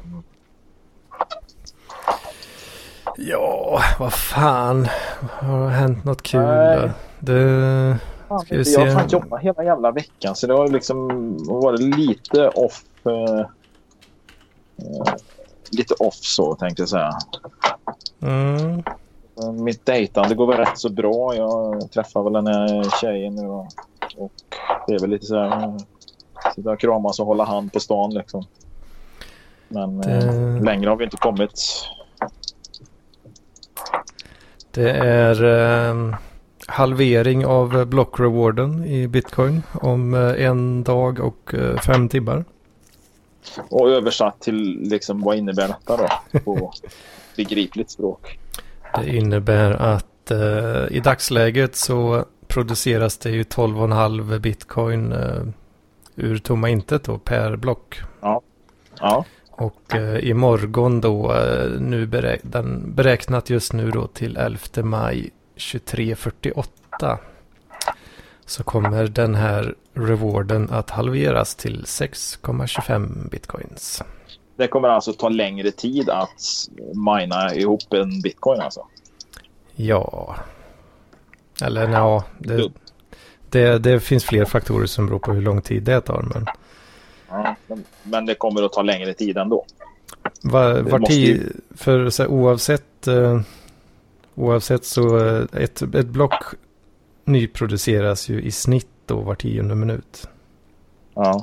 Ja, vad fan. Har hänt något kul? Nej. Det... Fan, Ska vi jag se. har fan jobbat hela jävla veckan så det har liksom varit lite off uh, uh, lite off så tänkte jag säga. Mm. Mitt dejtande går väl rätt så bra. Jag träffar väl den här tjejen nu och, och det är väl lite så här sitta och kramas och hålla hand på stan liksom. Men det... eh, längre har vi inte kommit. Det är eh, halvering av blockrewarden i Bitcoin om eh, en dag och eh, fem timmar. Och översatt till liksom vad innebär detta då på begripligt språk? Det innebär att eh, i dagsläget så produceras det ju tolv komma fem bitcoin eh, ur tomma intet då, per block. Ja. Ja. Och eh, imorgon då, eh, nu beräk- den beräknat just nu då till elfte maj tjugotre fyrtioåtta så kommer den här rewarden att halveras till sex komma tjugofem bitcoins. Det kommer alltså ta längre tid att mina ihop en bitcoin alltså? Ja. Eller ja, det, det, det finns fler faktorer som beror på hur lång tid det tar. Men, ja, men, men det kommer att ta längre tid ändå. var, var måste tid, ju... för så här, oavsett, eh, oavsett så eh, ett, ett block nyproduceras ju i snitt då var tionde minut. Ja.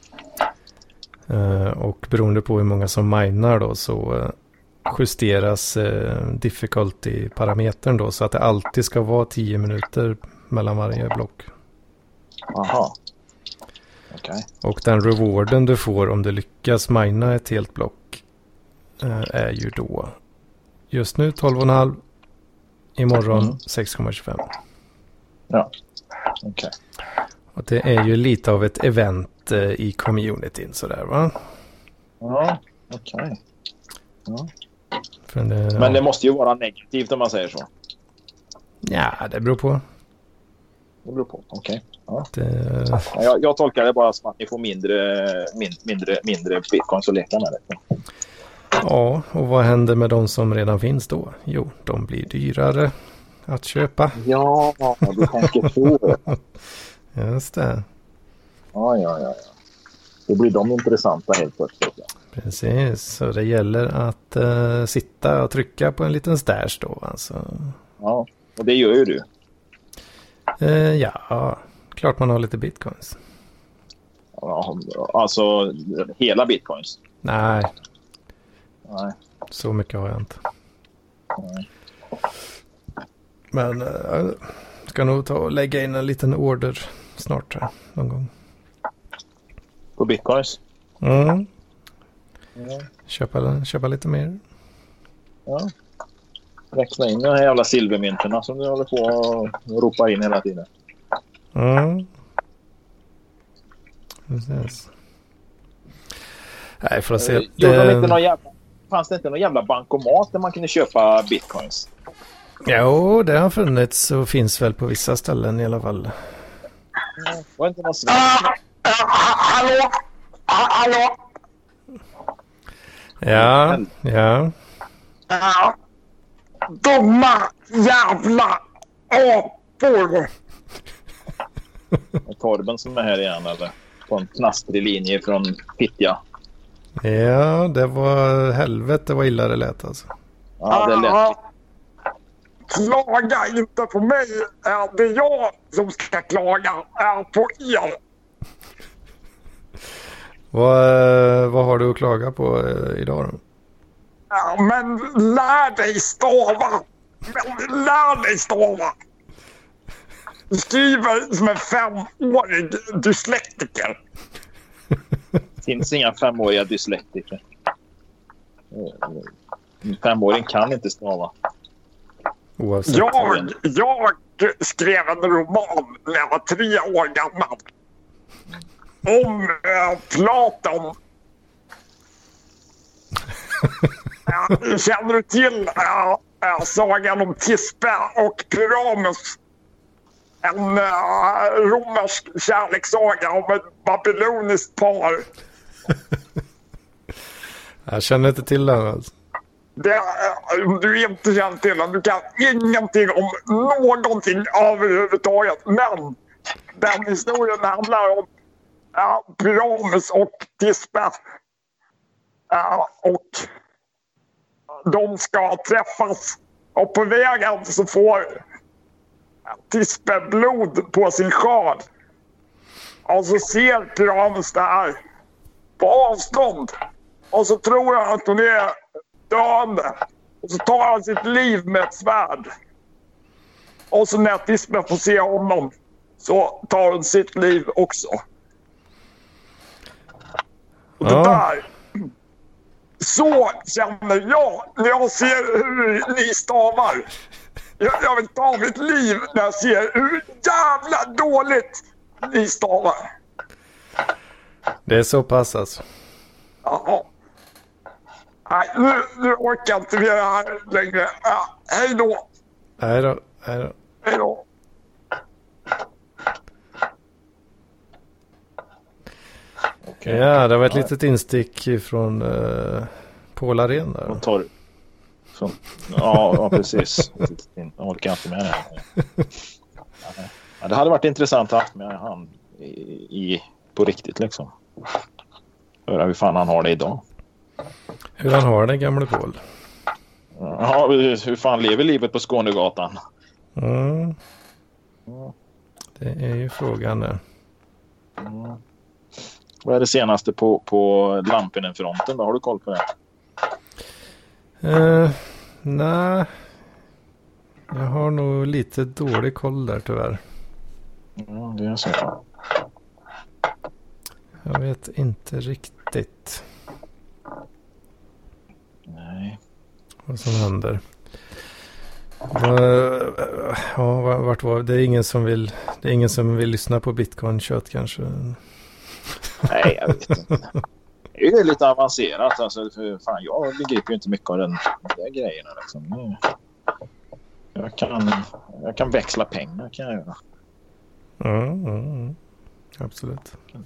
Uh, och beroende på hur många som minar då så uh, justeras uh, difficulty-parametern då så att det alltid ska vara tio minuter mellan varje block. Aha. Okej. Okay. Och den rewarden du får om du lyckas mina ett helt block uh, är ju då just nu tolv komma fem, imorgon mm. sex komma tjugofem. Ja, okej. Okay. Och det är ju lite av ett event i communityn sådär va? Ja, okej. Okay. Ja. Det, Men ja. det måste ju vara negativt om man säger så. Ja, det beror på. Det beror på, okej. Okay. Ja. Det... Ja, jag, jag tolkar det bara som att ni får mindre, min, mindre, mindre bitcoins att leka med det. Ja, och vad händer med de som redan finns då? Jo, de blir dyrare att köpa. Ja, du tänker så. Just det. Ja, ja, ja. Då blir de intressanta helt plötsligt. Ja. Precis, så det gäller att uh, sitta och trycka på en liten stash då. Alltså. Ja, och det gör ju du. Uh, ja, klart man har lite bitcoins. Ja, alltså hela bitcoins? Nej. Nej. Så mycket har jag inte. Nej. Men jag uh, ska nog ta och lägga in en liten order snart tror jag, någon gång. På bitcoins? Mm. Mm. Köpa, köpa lite mer. Ja. Räkna in de här jävla silvermynterna som du håller på och ropar in hela tiden. Mm. Precis. Nej, för att se. Eh, det... de inte någon jävla... Fanns det inte någon jävla bankomat där man kunde köpa bitcoins? Jo, det har funnits och finns väl på vissa ställen i alla fall. Mm. Var inte någon svensk? Hallå? Hallå? Ja, ja. Ja. Dumma jävla apor. Torben som är här igen eller? På en knastrig linje från Fittja. Ja, det var helvete vad illa det lät alltså. Ja, det lät. Klaga inte på mig. Det är jag som ska klaga är på er. Vad, vad har du att klaga på eh, idag då? Ja, men lär dig stava. Men lär dig stava. Du skriver som en femårig dyslektiker. Det finns inga femåriga dyslektiker. En femåring kan inte stava. Oavsett. Jag, jag skrev en roman när jag var tre år gammal. om äh, Platon. Ja, känner du till äh, äh, sagan om Tispe och Pyramus? En äh, romersk kärlekssaga om ett babyloniskt par. Jag känner inte till den alltså. Det, om du inte känner till den, du kan ingenting om någonting överhuvudtaget. Men den historien handlar om ja, Pyramus och Tispe. Ja, och de ska träffas. Och på vägen så får Tispe blod på sin sjal. Och så ser Pyramus det här på avstånd. Och så tror han att hon är döende. Och så tar han sitt liv med ett svärd. Och så när Tispe får se honom så tar hon sitt liv också. Och det Ja. där, så känner jag när jag ser hur ni stavar. Jag, jag vill ta mitt liv när jag ser hur jävla dåligt ni stavar. Det är så pass alltså. Jaha. Nej, nu, nu orkar jag inte mer här längre. Ja, hej då. Nej då, nej då. Hej då. Okay. Ja, det var ett ja. litet instick från uh, Paul Arén där. Från torr. Från... Ja, ja, precis. Jag orkar inte med det. Ja, det hade varit intressant att ha med han i, i, på riktigt liksom. Höra hur fan han har det idag. Hur han har det, gamle Paul. Ja, hur fan lever livet på Skånegatan? Mm. Det är ju frågan nu. Mm. Vad är det senaste på, på Lampinen-fronten då? Har du koll på det? Uh, nej. Jag har nog lite dålig koll där tyvärr. Mm, det är så. Jag vet inte riktigt. Nej. Vad som händer. Uh, ja, vart var det? Är ingen som vill, det är ingen som vill lyssna på Bitcoin-kött kanske? Nej, jag vet inte. Det är ju lite avancerat. Alltså, för fan, jag begriper ju inte mycket av den där grejerna. Liksom. Jag, kan, jag kan växla pengar, kan jag göra. Mm, mm, absolut. Mm.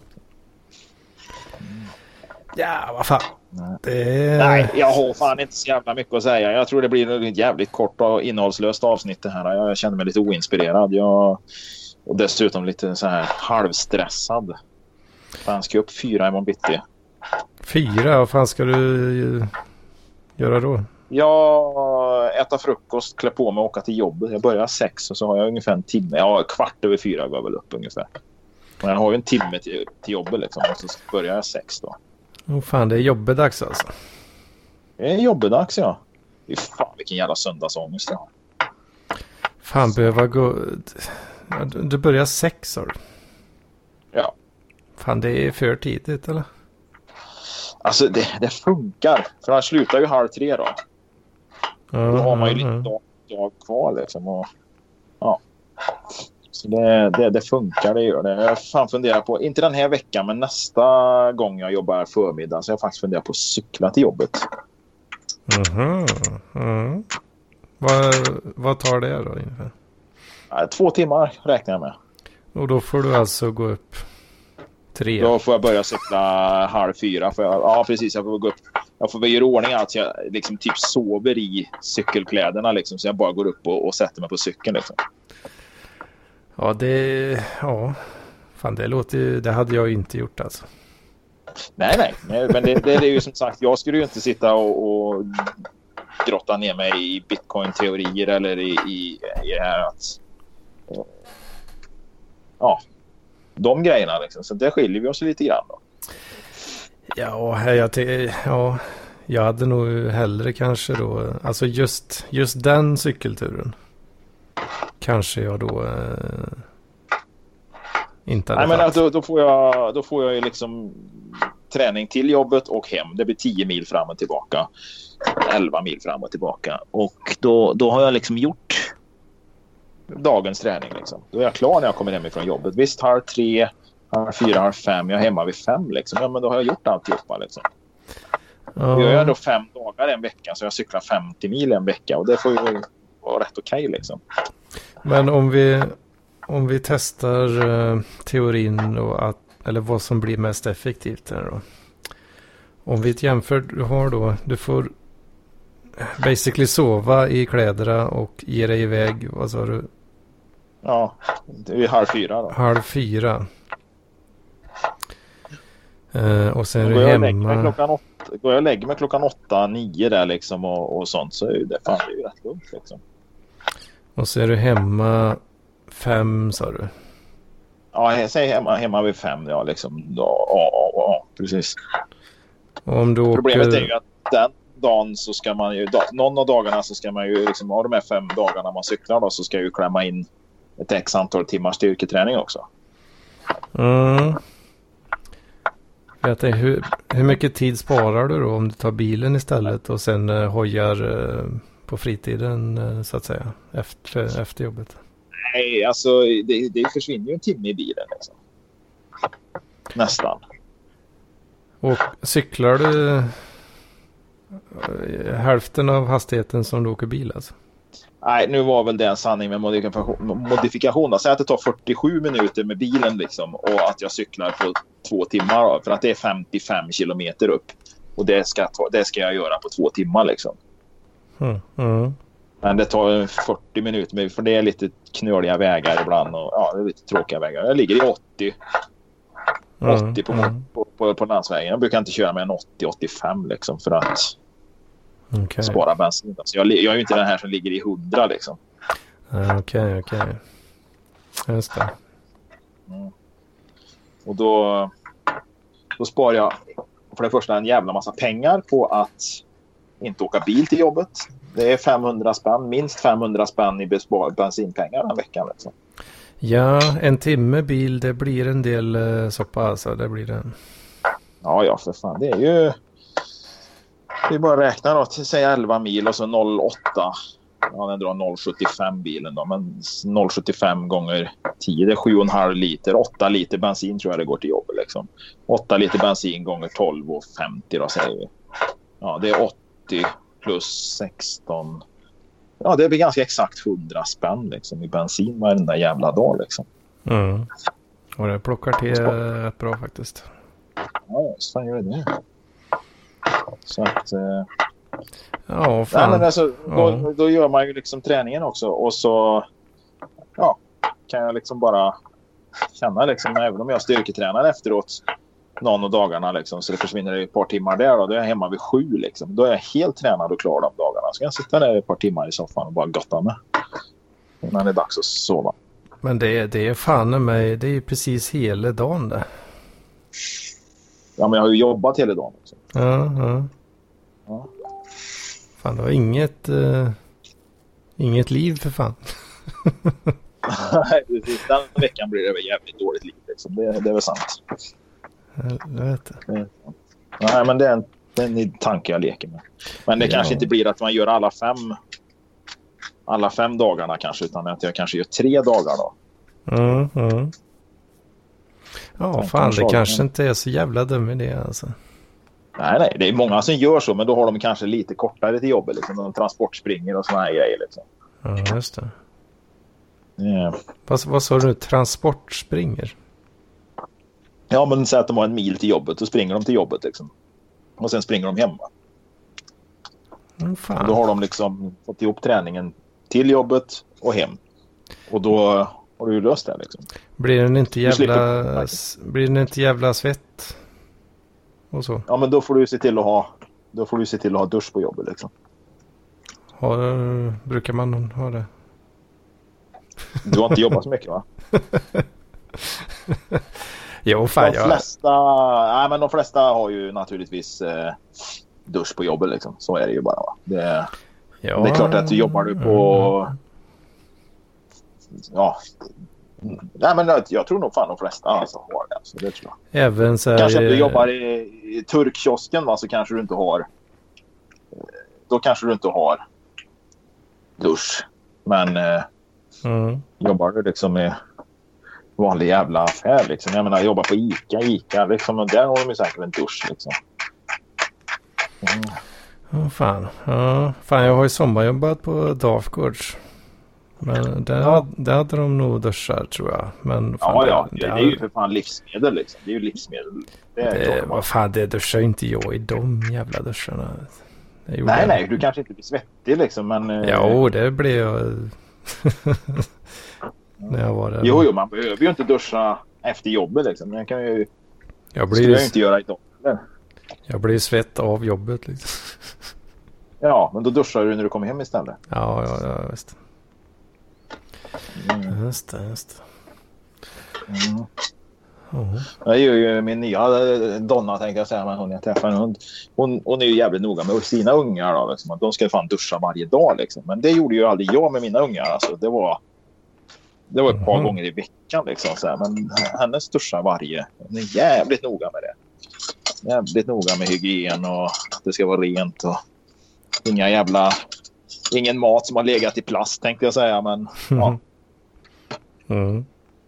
Ja, vad fan. Nej. Det... Nej, jag har fan inte så jävla mycket att säga. Jag tror det blir ett jävligt kort och innehållslöst avsnitt det här. Jag känner mig lite oinspirerad. Jag... Och dessutom lite så här halvstressad. Fan, ska jag upp fyra imorgon bitti. Fyra? Vad fan ska du göra då? Jag äta frukost, klä på mig och åka till jobbet. Jag börjar sex och så har jag ungefär en timme. Ja, kvart över fyra går jag väl upp ungefär. Men jag har ju en timme till, till jobbet liksom. Och så börjar jag sex då. Åh oh, fan, det är jobbedags alltså. Det är jobbedags, ja. Fy fan, vilken jävla söndagsångest jag har. Fan, behöva gå... Du börjar sex, har du? Ja. Fan, det är för tidigt, eller? Alltså, det, det funkar. För han slutar ju halv tre då. Mm, då har man ju lite mm. dag, dag kvar liksom. Och, ja. Så det, det, det funkar, det gör det. Jag fan funderar på, inte den här veckan, men nästa gång jag jobbar förmiddag så jag faktiskt funderar på att cykla till jobbet. Mhm. Mm. Vad, vad tar det då ungefär? Ja, två timmar räknar jag med. Och då får du alltså gå upp tre. Då får jag börja cykla halv fyra. För jag, ja, precis. Jag får gå upp. Jag får väl göra ordning att jag liksom typ sover i cykelkläderna liksom. Så jag bara går upp och, och sätter mig på cykeln liksom. Ja, det... Ja. Fan, det låter ju... Det hade jag ju inte gjort alltså. Nej, nej. nej men det, det är ju som sagt... Jag skulle ju inte sitta och, och grotta ner mig i Bitcoin-teorier eller i, i, i det här att... Ja. De grejerna liksom. Så det skiljer vi oss lite grann då. Ja, jag, te- ja, jag hade nog hellre kanske då... Alltså just, just den cykelturen. Kanske jag då... Eh, inte hade. Nej, men då, då, får jag, då får jag ju liksom träning till jobbet och hem. Det blir tio mil fram och tillbaka. elva mil fram och tillbaka. Och då, då har jag liksom gjort dagens träning liksom. Då är jag klar när jag kommer hem ifrån jobbet. Visst, halv tre, halv fyra, halv fem. Jag är hemma vid fem liksom. Ja, men då har jag gjort alltihopa liksom. Ja. Jag gör då fem dagar en vecka, så jag cyklar femtio mil en vecka. Och det får ju vara rätt okej liksom. Men om vi, om vi testar uh, teorin och att, eller vad som blir mest effektivt här då. Om vi jämför, du har då, du får basically sova i kläderna och ge dig iväg, vad sa du? Ja, det är halv fyra då. Halv fyra. Uh, och sen är går du jag hemma. Klockan åtta, går jag och lägger mig klockan åtta, nio där liksom och, och sånt, så är det, fan, det är ju rätt lugnt liksom. Och så är du hemma fem, sa du? Ja, jag säger hemma, hemma vid fem, ja liksom. Ja, ja, ja, precis. Och om du Problemet åker... är ju att den dagen så ska man ju, någon av dagarna så ska man ju liksom, av de här fem dagarna man cyklar då, så ska jag ju klämma in ett x antal timmars styrketräning också. Mm. Jag tänkte, hur, hur mycket tid sparar du då om du tar bilen istället och sen uh, hojar uh, på fritiden uh, så att säga efter, efter jobbet? Nej, alltså det, det försvinner ju en timme i bilen liksom. Nästan. Och cyklar du uh, hälften av hastigheten som du åker bil alltså? Nej, nu var väl det en sanning med modifikation. modifikation. Säg att det tar fyrtiosju minuter med bilen liksom, och att jag cyklar på två timmar då, för att det är femtiofem kilometer upp. Och det ska, ta, det ska jag göra på två timmar liksom. Mm. Mm. Men det tar fyrtio minuter, för det är lite knöliga vägar ibland och ja, det är lite tråkiga vägar. Jag ligger i åttio, mm. åttio på, mm. på, på, på landsvägen. Jag brukar inte köra med en åttio åttiofem liksom, för att okay. spara bensin. Alltså jag, jag är ju inte den här som ligger i hundra liksom. Okej, okay, okej. Okay. Just det. Mm. Och då, då sparar jag för det första en jävla massa pengar på att inte åka bil till jobbet. Det är femhundra spänn, minst femhundra spänn i besparat bensinpengar den veckan liksom. Ja, en timme bil, det blir en del uh, soppa alltså, det blir det. Ja, ja, för fan, det är ju... Vi bara räknar då till säga elva mil och så noll komma åtta. Ja, den drar noll komma sjuttiofem bilen då, men noll komma sjuttiofem gånger tio, det är sju komma fem liter. åtta liter bensin tror jag det går till jobbet liksom. åtta liter bensin gånger tolv komma femtio då säger vi. Ja, det är åttio plus sexton. Ja, det blir ganska exakt hundra spänn liksom i bensin varenda jävla dag liksom. Mm. Och det plockar till rätt bra faktiskt. Ja, så gör det. Så att... Eh... Ja, fan. Nej, men alltså, då, ja. då gör man ju liksom träningen också. Och så ja, kan jag liksom bara känna liksom, även om jag styrketränar efteråt någon av dagarna liksom, så det försvinner ett par timmar där då, då är jag hemma vid sju liksom. Då är jag helt tränad och klar de dagarna. Så kan jag sitta där ett par timmar i soffan och bara gotta med innan det är dags att sova. Men det, det är fan med, det är ju precis hela dagen det. Ja, men jag har ju jobbat hela dagen också. Ja, ja. Ja. Fan, det var inget uh, inget liv för fan. Nej, den veckan blir det väl jävligt dåligt liv liksom. det, det är väl sant. Jag vet det. Nej, men det är en, det är en tanke jag leker med. Men det ja. kanske inte blir att man gör alla fem alla fem dagarna kanske, utan att jag kanske gör tre dagar då. Mm, mm. Ja, Tänk fan, det kanske inte är så jävla dum idé alltså. Nej, nej, det är många som gör så, men då har de kanske lite kortare till jobbet liksom, de transportspringer och såna här grejer liksom. Ja, just det. Yeah. Vad, vad sa du, transportspringer? Ja, men säg att de har en mil till jobbet och springer de till jobbet liksom. Och sen springer de hemma. Mm, fan. Och då har de liksom fått ihop träningen till jobbet och hem. Och då har du ju löst det liksom. Blir den inte jävla blir den inte jävla svett och så? Ja, men då får du se till att ha då får du se till att ha dusch på jobbet liksom. Har, brukar man ha det? Du har inte jobbat så mycket, va? Jo, fan, de flesta, jag... nej, men de flesta har ju naturligtvis eh, dusch på jobbet liksom. Så är det ju bara, va? Det, ja. Det är klart att du jobbar du på mm. ja. Nej, men jag, jag tror nog fan de flesta alltså har det, så det tror jag. Även så här... Kanske att du jobbar i, i turkkiosken, va, så kanske du inte har då kanske du inte har dusch. Men eh, mm. jobbar du liksom med vanlig jävla affär liksom. Jag menar, jag jobbar på Ica, Ica liksom, och där har de ju säkert en dusch liksom. Mm. Oh, fan. Ja, fan, jag har ju sommarjobbat på Dafgårds. Men där, Ja. hade, där hade de nog duschar, tror jag. Men fan, Ja, ja. Det, Det, det, det är ju för fan livsmedel liksom. Det är ju livsmedel. Det är det, klart. vad fan, det duschar ju inte jag i de jävla duscharna. Det Nej, jag. nej. Du kanske inte blir svettig liksom, men... eh, Jo, det blev jag... när jag var där. Jo, jo, man behöver ju inte duscha efter jobbet liksom. Men jag kan ju... jag Det skulle blir, jag ju inte göra idag. Eller? jag blir svett av jobbet liksom. Ja, men då duschar du när du kommer hem istället. Ja, ja, ja, visst. Mm. Just det, just det. Mm. Oh. Jag gör ju min nya Donna, tänkte jag säga, men hon jag träffar hon, hon, hon är ju jävligt noga med sina ungar då, liksom, att de ska fan duscha varje dag liksom. Men det gjorde ju aldrig jag med mina ungar alltså. Det var det var ett par Mhm. gånger i veckan liksom, så här. Men hennes duschar varje. Hon är jävligt noga med det. Jävligt noga med hygien och att det ska vara rent och inga jävla ingen mat som har legat i plast, tänkte jag säga, men ja. Mm.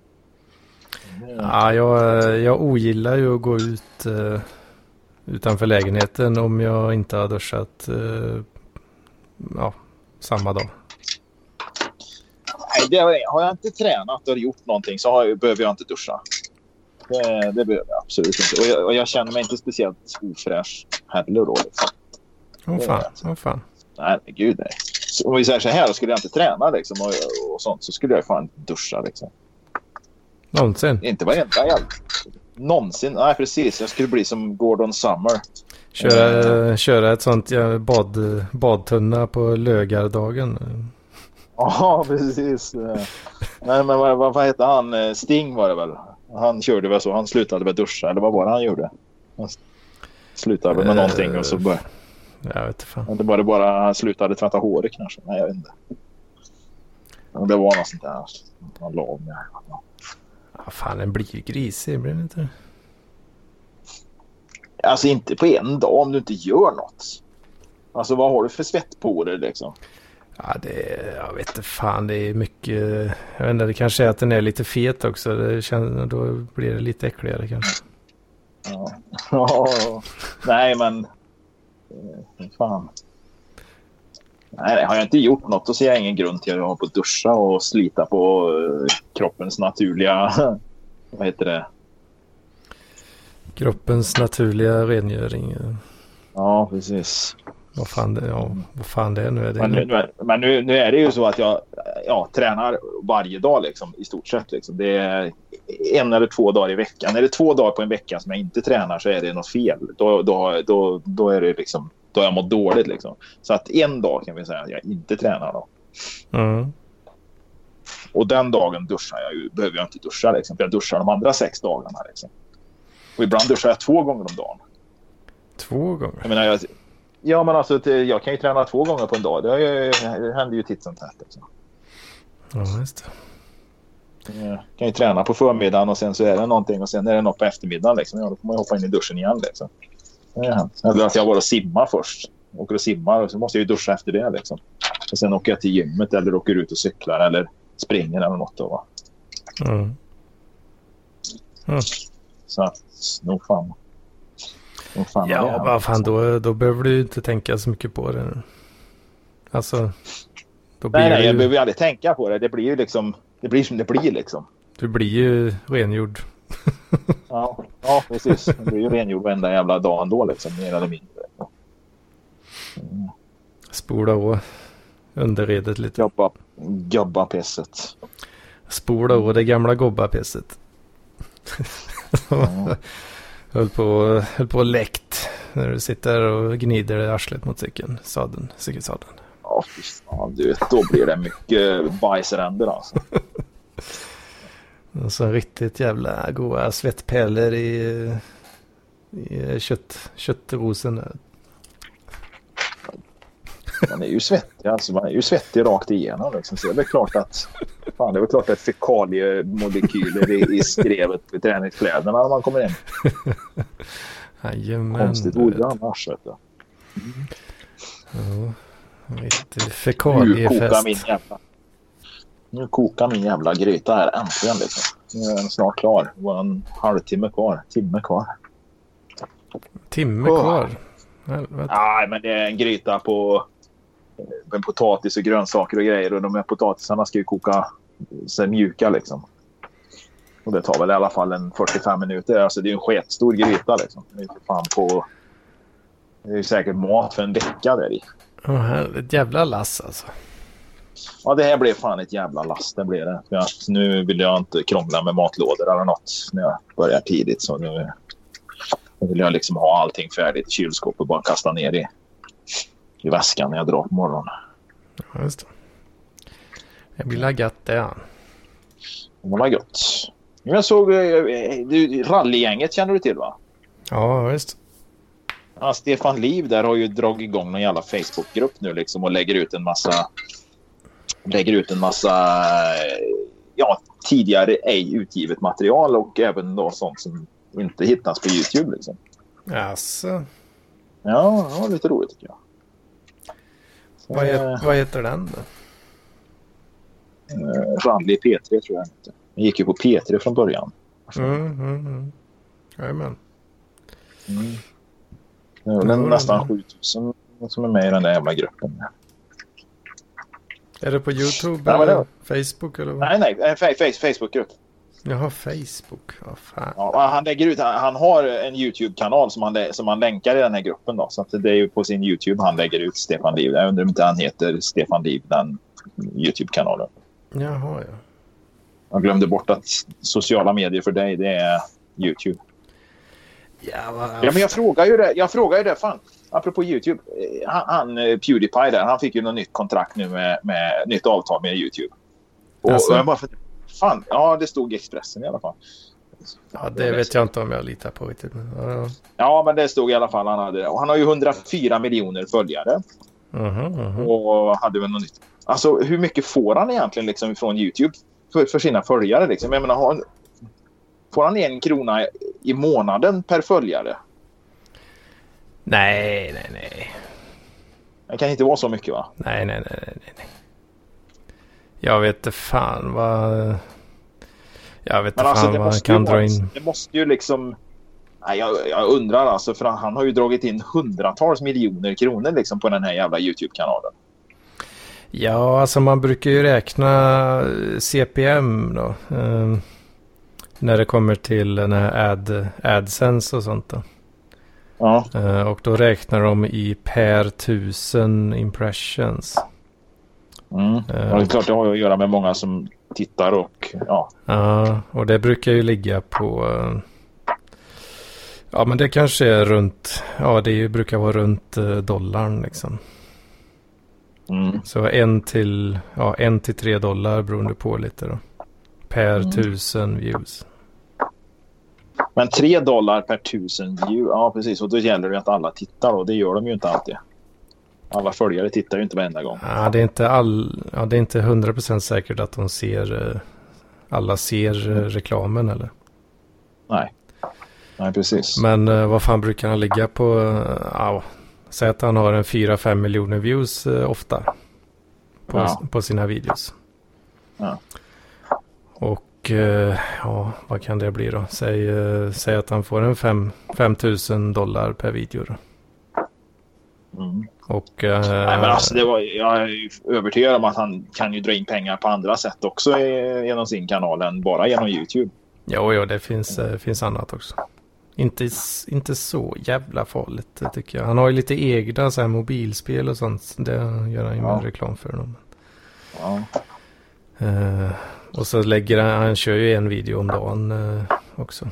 Ja, jag, jag ogillar ju att gå ut uh, utanför lägenheten om jag inte har duschat uh, ja, samma dag. Nej, det har jag inte tränat och gjort någonting så har jag, behöver jag inte duscha. Det, det behöver jag absolut inte. Och jag, och jag känner mig inte speciellt ofräsch heller då. Liksom. Åh oh, fan, åh oh, fan. Nej, gud nej. Så, om vi säger så här, då skulle jag inte träna liksom, och, och sånt, så skulle jag fan duscha liksom. Någonsin? Inte varenda jävla. Någonsin, nej precis. Jag skulle bli som Gordon Summer. Köra, uh, köra ett sånt ja, bad, badtunna på lögardagen. Ja, precis. Nej, men vad, vad heter han? Sting var det väl? Han körde väl så. Han slutade med duscha. Eller vad var det han gjorde? Han slutade med uh, någonting och så började... Jag vet inte fan. Det var det bara han slutade tvätta håret kanske. Nej, jag vet inte. Men det var något sånt där. Han la om det. Ja, fan, den blir ju grisig, blir den inte? Alltså inte på en dag om du inte gör något. Alltså vad har du för svett på dig liksom? Ja, det är, jag vet inte fan, det är mycket, jag vet inte, det kanske är att den är lite fet också, det känns, då blir det lite äckligare kanske. Ja, ja. Nej men, fan. Nej, har jag inte gjort något så ser jag ingen grund till att jag har på att duscha och slita på kroppens naturliga, vad heter det? Kroppens naturliga rengöring. Ja, precis. Vad fan det, ja, vad fan det är nu är det. Men, nu, men nu, nu är det ju så att jag ja, tränar varje dag liksom, i stort sett. Liksom. Det är en eller två dagar i veckan. Är det två dagar på en vecka som jag inte tränar så är det något fel. Då, då, då, då är det liksom, då har jag mått dåligt liksom. Så att en dag kan vi säga att jag inte tränar då. Mm. Och den dagen duschar jag ju, behöver jag inte duscha liksom, för jag duschar de andra sex dagarna liksom. Och ibland duschar jag två gånger om dagen. Två gånger? Jag menar, jag, ja men alltså jag kan ju träna två gånger på en dag. Det, det händer ju titt som tätt liksom. Ja, just det. Jag kan ju träna på förmiddagen och sen så är det någonting och sen är det något på eftermiddagen liksom. Ja, då får man hoppa in i duschen igen liksom. Ja. Eller att jag går och simmar först. Åker och simmar och så måste jag ju duscha efter det liksom. Och sen åker jag till gymmet eller åker ut och cyklar eller springer eller något då, va. Mm. Mm. Så att, nog fan. Nog fan ja, vad fan, då, då behöver du inte tänka så mycket på det. Alltså, då blir nej, nej, du, jag behöver ju aldrig tänka på det. Det blir ju liksom, det blir som det blir liksom. Du blir ju rengjord. ja, ja, precis. Det blir ju rengjord varenda jävla dag ändå liksom, mer eller mindre. Mm. Spola å underredet lite. Jobba, jobba pisset. Spola å det gamla gobbapisset. Mm. höll på höll på läckt när du sitter och gnider det arslet mot cykeln, sadeln, cykelsadeln. Ja, ja, du vet, då blir det mycket bajsränder alltså. Och så riktigt jävla goda svettpärlor i, i kött, köttrosen där. Man är ju svettig, alltså man är ju svettig rakt igenom liksom. Så det är väl klart att fan, det är väl klart att fekaliemolekyler i, i skrevet på träningskläderna när man kommer in. Jajamän. Konstigt ord annars, vet du. Mm. Ja, riktigt fekaliefest. Nu kokar min jävla Nu kokar min jävla gryta här äntligen liksom. Nu är den snart klar. Det var en halvtimme kvar. Timme kvar. Timme Åh. kvar? Helvete. Nej, men det är en gryta på med potatis och grönsaker och grejer. Och de här potatisarna ska ju koka sig mjuka liksom. Och det tar väl i alla fall en fyrtiofem minuter. Alltså det är ju en sketstor gryta liksom. Det är ju för fan på... Det är ju säkert mat för en vecka där i. Åh, här, ett jävla lass alltså. Ja, det här blev fan ett jävla last. Det blev det. För att nu vill jag inte krångla med matlådor eller något när jag börjar tidigt. Så nu, nu vill jag liksom ha allting färdigt i kylskåpet och bara kasta ner i, i väskan när jag drar på morgonen. Ja, just det. Det blir laggat det, ja. Det var gott. Jag såg du, rallygänget, känner du till va? Ja, just. Ja, Stefan Liv där har ju dragit igång någon jävla Facebookgrupp nu liksom och lägger ut en massa lägger ut en massa ja, tidigare ej utgivet material och även då sånt som inte hittas på YouTube liksom. Alltså. Ja, det var lite roligt tycker jag. Så, Vad, het, vad heter den då? eh, Rally P tre tror jag inte. Jag gick ju på P tre från början. Mm, mm, mm. Jajamän. Mm. Det är nästan sju tusen som är med i den där jävla gruppen. Är det på YouTube Ja, eller det... Facebook eller vad? Nej, nej, en face, Facebook-grupp. Jaha, Facebook. Ja, fan. Ja, han lägger ut, han, han har en YouTube-kanal som han, som han länkar i den här gruppen då. Så att det är ju på sin YouTube han lägger ut Stefan Liv. Jag undrar om inte han heter Stefan Liv, den YouTube-kanalen. Jaha, ja. Jag glömde bort att sociala medier för dig, det är YouTube. Ja, vad... Ja, men jag frågar ju det, jag frågar ju det, fan. Apropå YouTube, han, han PewDiePie där, han fick ju något nytt kontrakt nu med, med nytt avtal med YouTube. Och, alltså... och jag bara, fan, ja det stod i Expressen i alla fall. Ja, det vet jag inte om jag litar på riktigt. Men, ja. Ja, men det stod i alla fall, han hade, och han har ju hundrafyra miljoner följare. Uh-huh, uh-huh. Och hade väl något nytt. Alltså, hur mycket får han egentligen liksom från YouTube för, för sina följare liksom? Jag menar, har, får han en krona i månaden per följare? Nej, nej, nej. Det kan inte vara så mycket va? Nej, nej, nej, nej, nej. Jag vet inte fan vad... Jag vet inte alltså, fan vad han kan dra in. Det måste ju liksom... Nej, jag, jag undrar alltså, för han, han har ju dragit in hundratals miljoner kronor liksom på den här jävla YouTube-kanalen. Ja, alltså man brukar ju räkna C P M då. Eh, när det kommer till den här ad, AdSense och sånt då. Ja. Eh, och då räknar de i per tusen impressions. Mm. Eh, ja, det är klart det har att göra med många som tittar och ja. Ja, och det brukar ju ligga på... Eh, ja, men det kanske är runt... Ja, det är, brukar vara runt eh, dollarn liksom. Mm. Så en till, ja, en till tre dollar beroende på lite då. Per mm. tusen views. Men tre dollar per tusen views, ja precis. Och då gäller det att alla tittar och det gör de ju inte alltid. Alla följare tittar ju inte varenda gång. Ja, det är inte all, ja, det är inte hundra procent säkert att de ser, alla ser mm. reklamen eller? Nej, nej precis. Men uh, vad fan brukar han ligga på? Uh, ja, säg att han har en fyra fem miljoner views uh, ofta på, ja. på sina videos. Ja. Och uh, ja, vad kan det bli då? Säg, uh, säg att han får en fem tusen dollar per video då. Mm. Och, uh, Nej, men alltså det var, jag är ju övertygad om att han kan ju dra in pengar på andra sätt också genom sin kanal än bara genom YouTube. Jo, jo det finns, uh, finns annat också. Inte, inte så jävla farligt tycker jag. Han har ju lite egna så här mobilspel och sånt. Det gör han ju ja. med reklam för dem. Ja. Uh, och så lägger han, han kör ju en video om dagen uh, också.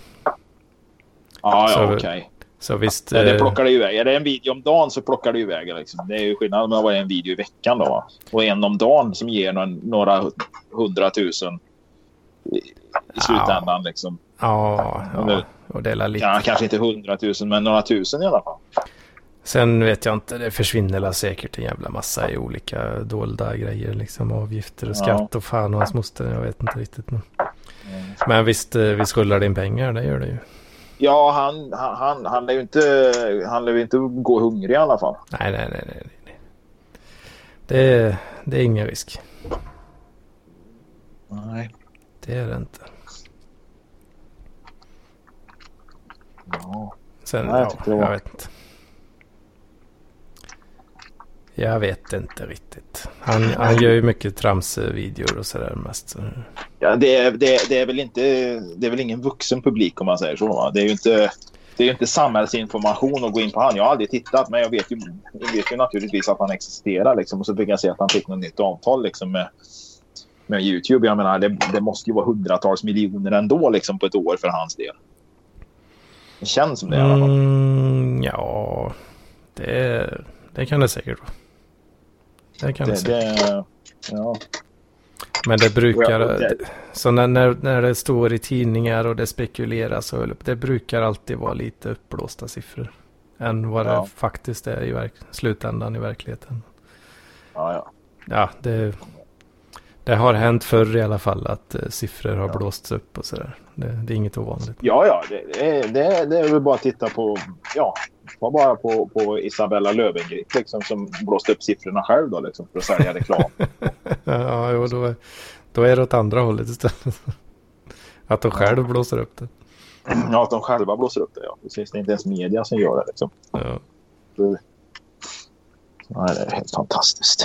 Ja, ja okej. Okay. Så visst... Ja, det plockar det iväg. Är det en video om dagen så plockar det iväg. Liksom. Det är ju skillnad med att vara en video i veckan då. Va? Och en om dagen som ger någon, några hundratusen i, i slutändan. Ja. Liksom. Ja, ja. Och det är lite. Ja, kanske inte hundratusen men några tusen i alla fall. Sen vet jag inte, det försvinner säkert en jävla massa i olika dolda grejer. Liksom avgifter och skatt ja. och fan och hans moster. Jag vet inte riktigt. Men, mm. men visst, visst rullar det in pengar, det gör det ju. Ja, han, han, han lär ju inte, han lär ju inte gå hungrig i alla fall. Nej, nej, nej. nej, nej. Det, är, det är ingen risk. Nej. Det är det inte. Ja. Sen, Nej, jag ja, tyckte det var- jag vet inte. Jag vet inte riktigt. Han, han gör ju mycket tramsvideor och sådär mest. Så. Ja, det, är, det, är, det är väl inte det är väl ingen vuxen publik om man säger så. Va? Det är ju inte det är ju inte samhällsinformation att gå in på han. Jag har aldrig tittat, men jag vet ju, jag vet ju naturligtvis att han existerar liksom. Och så fick jag se att han fick något nytt avtal liksom med, med YouTube. Jag menar, det, det måste ju vara hundratals miljoner ändå liksom på ett år för hans del. Det känns som det i alla fall. Mm, ja, det, det kan det säkert vara. Det kan det, Det, säkert. det, ja. Men det brukar, Ja, det- så när, när, när det står i tidningar och det spekuleras, och det brukar alltid vara lite uppblåsta siffror än vad det Ja. faktiskt är i verk, slutändan i verkligheten. Ja, ja. Ja, det, det har hänt förr i alla fall att eh, siffror har Ja. blåsts upp och sådär. Det, det är inget ovanligt. Ja, ja, det, det, är- det, är- det är väl bara att titta på, ja, ta bara på, på Isabella Löwengrip liksom, som blåste upp siffrorna själv då liksom, för att sälja reklam. Ja, jo, då, är- då är det åt andra hållet istället. Att de själv blåser upp det. Ja, att de själva blåser upp det, ja. Precis, det är inte ens media som gör det liksom. Ja. Så, ja, det är helt fantastiskt.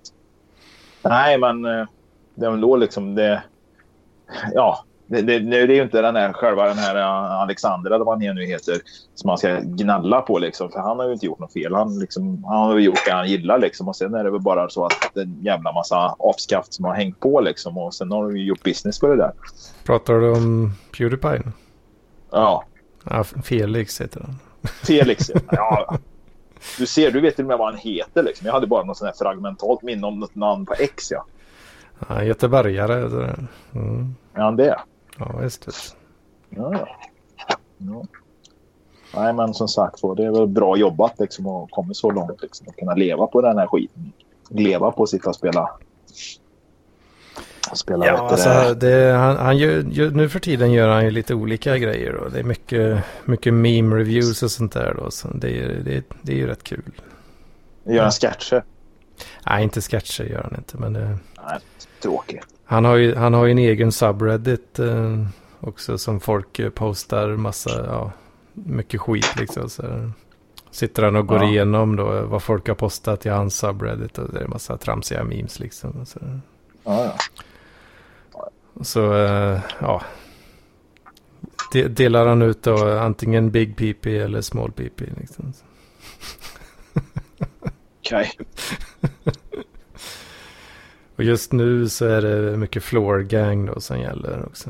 Nej, men eh, det är väl då liksom det, ja, det, det, det är ju inte den här själva den här eh, Alexander eller vad han nu heter som man ska gnalla på liksom, för han har ju inte gjort något fel. Han, liksom, han har ju gjort det han gillar liksom, och sen är det väl bara så att det är en jävla massa avskaft som har hängt på liksom, och sen har de ju gjort business på det där. Pratar du om Pewdiepie nu? Ja, Ja, Felix heter han. Felix. Ja, du ser, du vet till och med vad han heter liksom. Jag hade bara något sånt här fragmentalt minne om något namn på X, ja. Ja, göteborgare. så det- Mm. Är han det? Ja, just det. Ja, ja. Ja. Nej, men som sagt, det är väl bra jobbat liksom, att komma så långt liksom, att kunna leva på den här skiten. Leva på att sitta och spela. Spela Ja, vet du alltså, det. det, han, han gör, gör, nu för tiden gör han ju lite olika grejer. Då. Det är mycket, mycket meme-reviews och sånt där. Då, så det, är, det, det är ju rätt kul. Gör en sketcher. Nej, inte sketcher gör han inte. Men det, Nej, tråkigt. han, har ju, han har ju en egen subreddit eh, också som folk eh, postar massa, ja, mycket skit liksom. Så sitter han och går Ja. igenom då vad folk har postat i hans subreddit. Och det är en massa tramsiga memes liksom. Och så. Ja, ja. Så uh, ja, De, delar han ut då antingen Big P P eller Small P P liksom. Okej. Och just nu så är det mycket Floor Gang då som gäller också.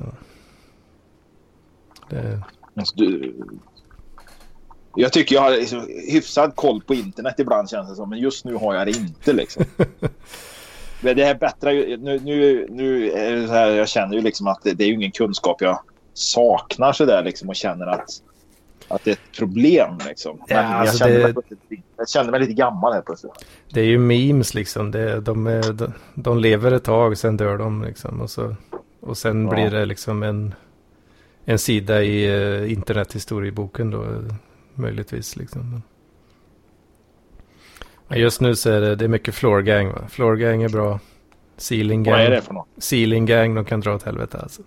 Det, Alltså, du... Jag tycker jag har liksom hyfsad koll på internet ibland, känns det som, men just nu har jag det inte liksom. Men det här bättre ju- nu, nu, nu är det så här, jag känner ju liksom att det, det är ju ingen kunskap jag saknar så där liksom, och känner att att det är ett problem liksom. Men Ja, jag, alltså känner det- mig plötsligt- jag känner mig lite gammal här plötsligt. det är ju memes liksom. Det, de, är, de, de lever ett tag, sen dör de liksom. Och, så, och sen Ja. blir det liksom en, en sida i uh, internethistorieboken då, eh, möjligtvis liksom. Men just nu så är det, det är mycket Floor Gang va? Floor Gang är bra. Ceiling Gang. Vad är det för något? Ceiling Gang, de kan dra åt helvete alltså.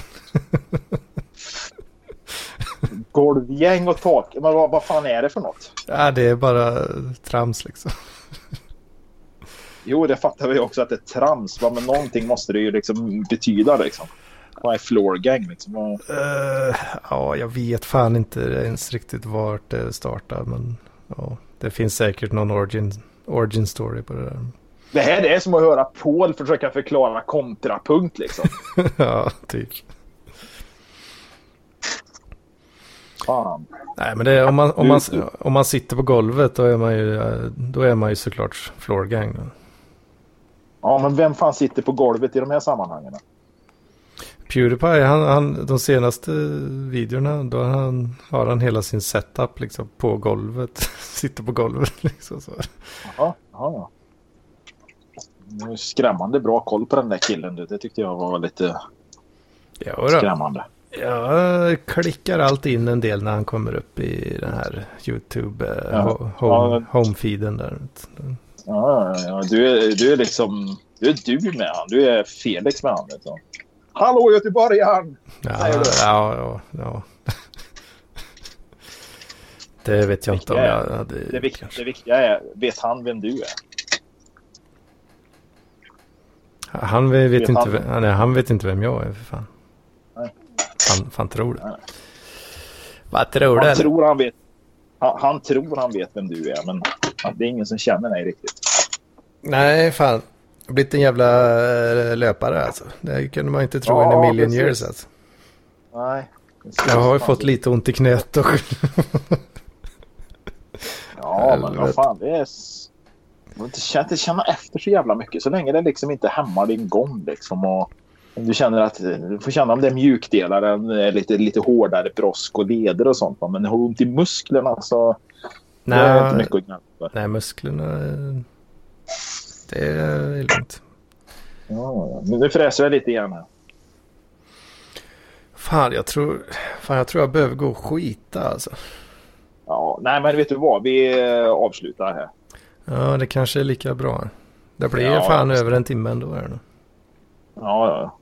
Golvgäng och tak. Men vad, vad fan är det för något? Ja, det är bara trams liksom. Jo, det fattar vi också att det är trams. Va? Men någonting måste det ju liksom betyda liksom. Vad är floor gang liksom? Vad... Uh, ja, jag vet fan inte ens riktigt vart det startar, men ja, det finns säkert någon origin, origin story på det där. Det här det är som att höra Paul försöka förklara kontrapunkt liksom. Ja, typ. Fan. Nej, men det är, om, man, om, man, om man sitter på golvet då är man ju, då är man ju såklart floor gang då. Ja, men vem fan sitter på golvet i de här sammanhangen? Pewdiepie, han, han, de senaste videorna då han, har han hela sin setup liksom på golvet. Sitter på golvet liksom så. Jaha, jaha, ja. Det är skrämmande bra koll på den där killen. Det tyckte jag var lite Ja, då. skrämmande. Jag klickar allt in en del när han kommer upp i den här YouTube eh, Ja. ho- home, Ja. homefeeden där. Ja, ja, ja. Du, är, du är liksom... Du är du med han. Du är Felix med han. Liksom. Hallå Göteborg han! Ja, Nej, ja, ja, ja. det vet jag inte om jag är, hade... Det, vik- det viktiga är, vet han vem du är? Han vet, vet, vet inte, han? vem, nej, han vet inte vem jag är för fan. Nej. Han, fan tror det. Nej. Vad tror du? Han tror han vet. Han, han tror han vet vem du är, men det är ingen som känner dig riktigt. Nej, fan. Jag har blivit en jävla löpare alltså. Det kunde man inte tro Ja, in a million precis. years alltså. Nej. Jag har ju fått lite ont i knät och... Ja, men vad fan, det är... Man inte känna, inte känna efter så jävla mycket. Så länge det liksom inte hämmar din gång liksom. Och om du känner att... Du får känna om det är mjukdelar, är lite, lite hårdare brosk och leder och sånt. Men har du ont i musklerna så... Nej, det är inte mycket att gnälla för. Nej, musklerna... Det är lugnt. Ja, men nu fräser jag lite igen här. Fan, jag tror... Fan, jag tror jag behöver gå och skita alltså. Ja, nej men vet du vad? Vi avslutar här. Ja, det kanske är lika bra. Det blir Ja, fan över en timme ändå här nu. Ja, ja.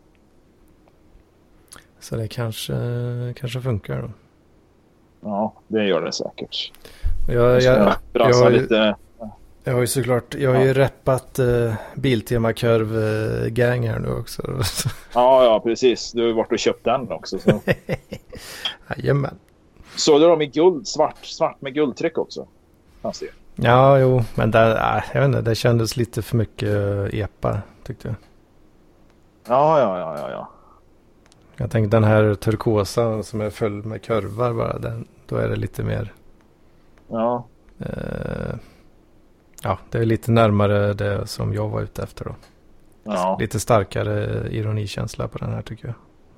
Så det kanske, kanske funkar då. Ja, det gör det säkert. Jag, jag, jag, jag, jag, har ju, lite... jag har ju såklart, jag har ju reppat uh, Biltema-kurv-gang här nu också. Ja, ja, precis. Du har varit och köpt den också. Så. Jajamän. Så du dem i guld, svart, svart med guldtryck också? Fanns det. Ja, jo, men det, äh, jag vet inte, det kändes lite för mycket uh, epa, tyckte jag. Ja, ja, ja, ja, ja. Jag tänkte den här turkosa som är full med kurvar bara, den, då är det lite mer... Ja. Uh, ja, det är lite närmare det som jag var ute efter då. Ja. Lite starkare ironikänsla på den här tycker jag.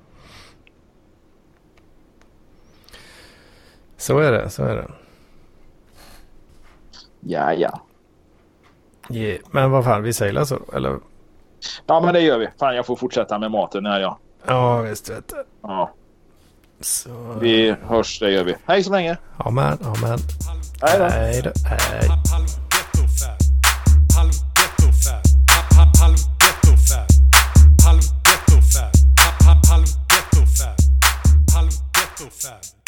Så är det, så är det. Ja, ja. Yeah. Men vad fan, vi säger så eller? Ja, men det gör vi. Fan, jag får fortsätta med maten här, ja. Ja, visst vet du. Ja. Så... Vi hörs, det gör vi. Hej så länge. Amen, amen. Hej då. Hej då. Hej. Fab.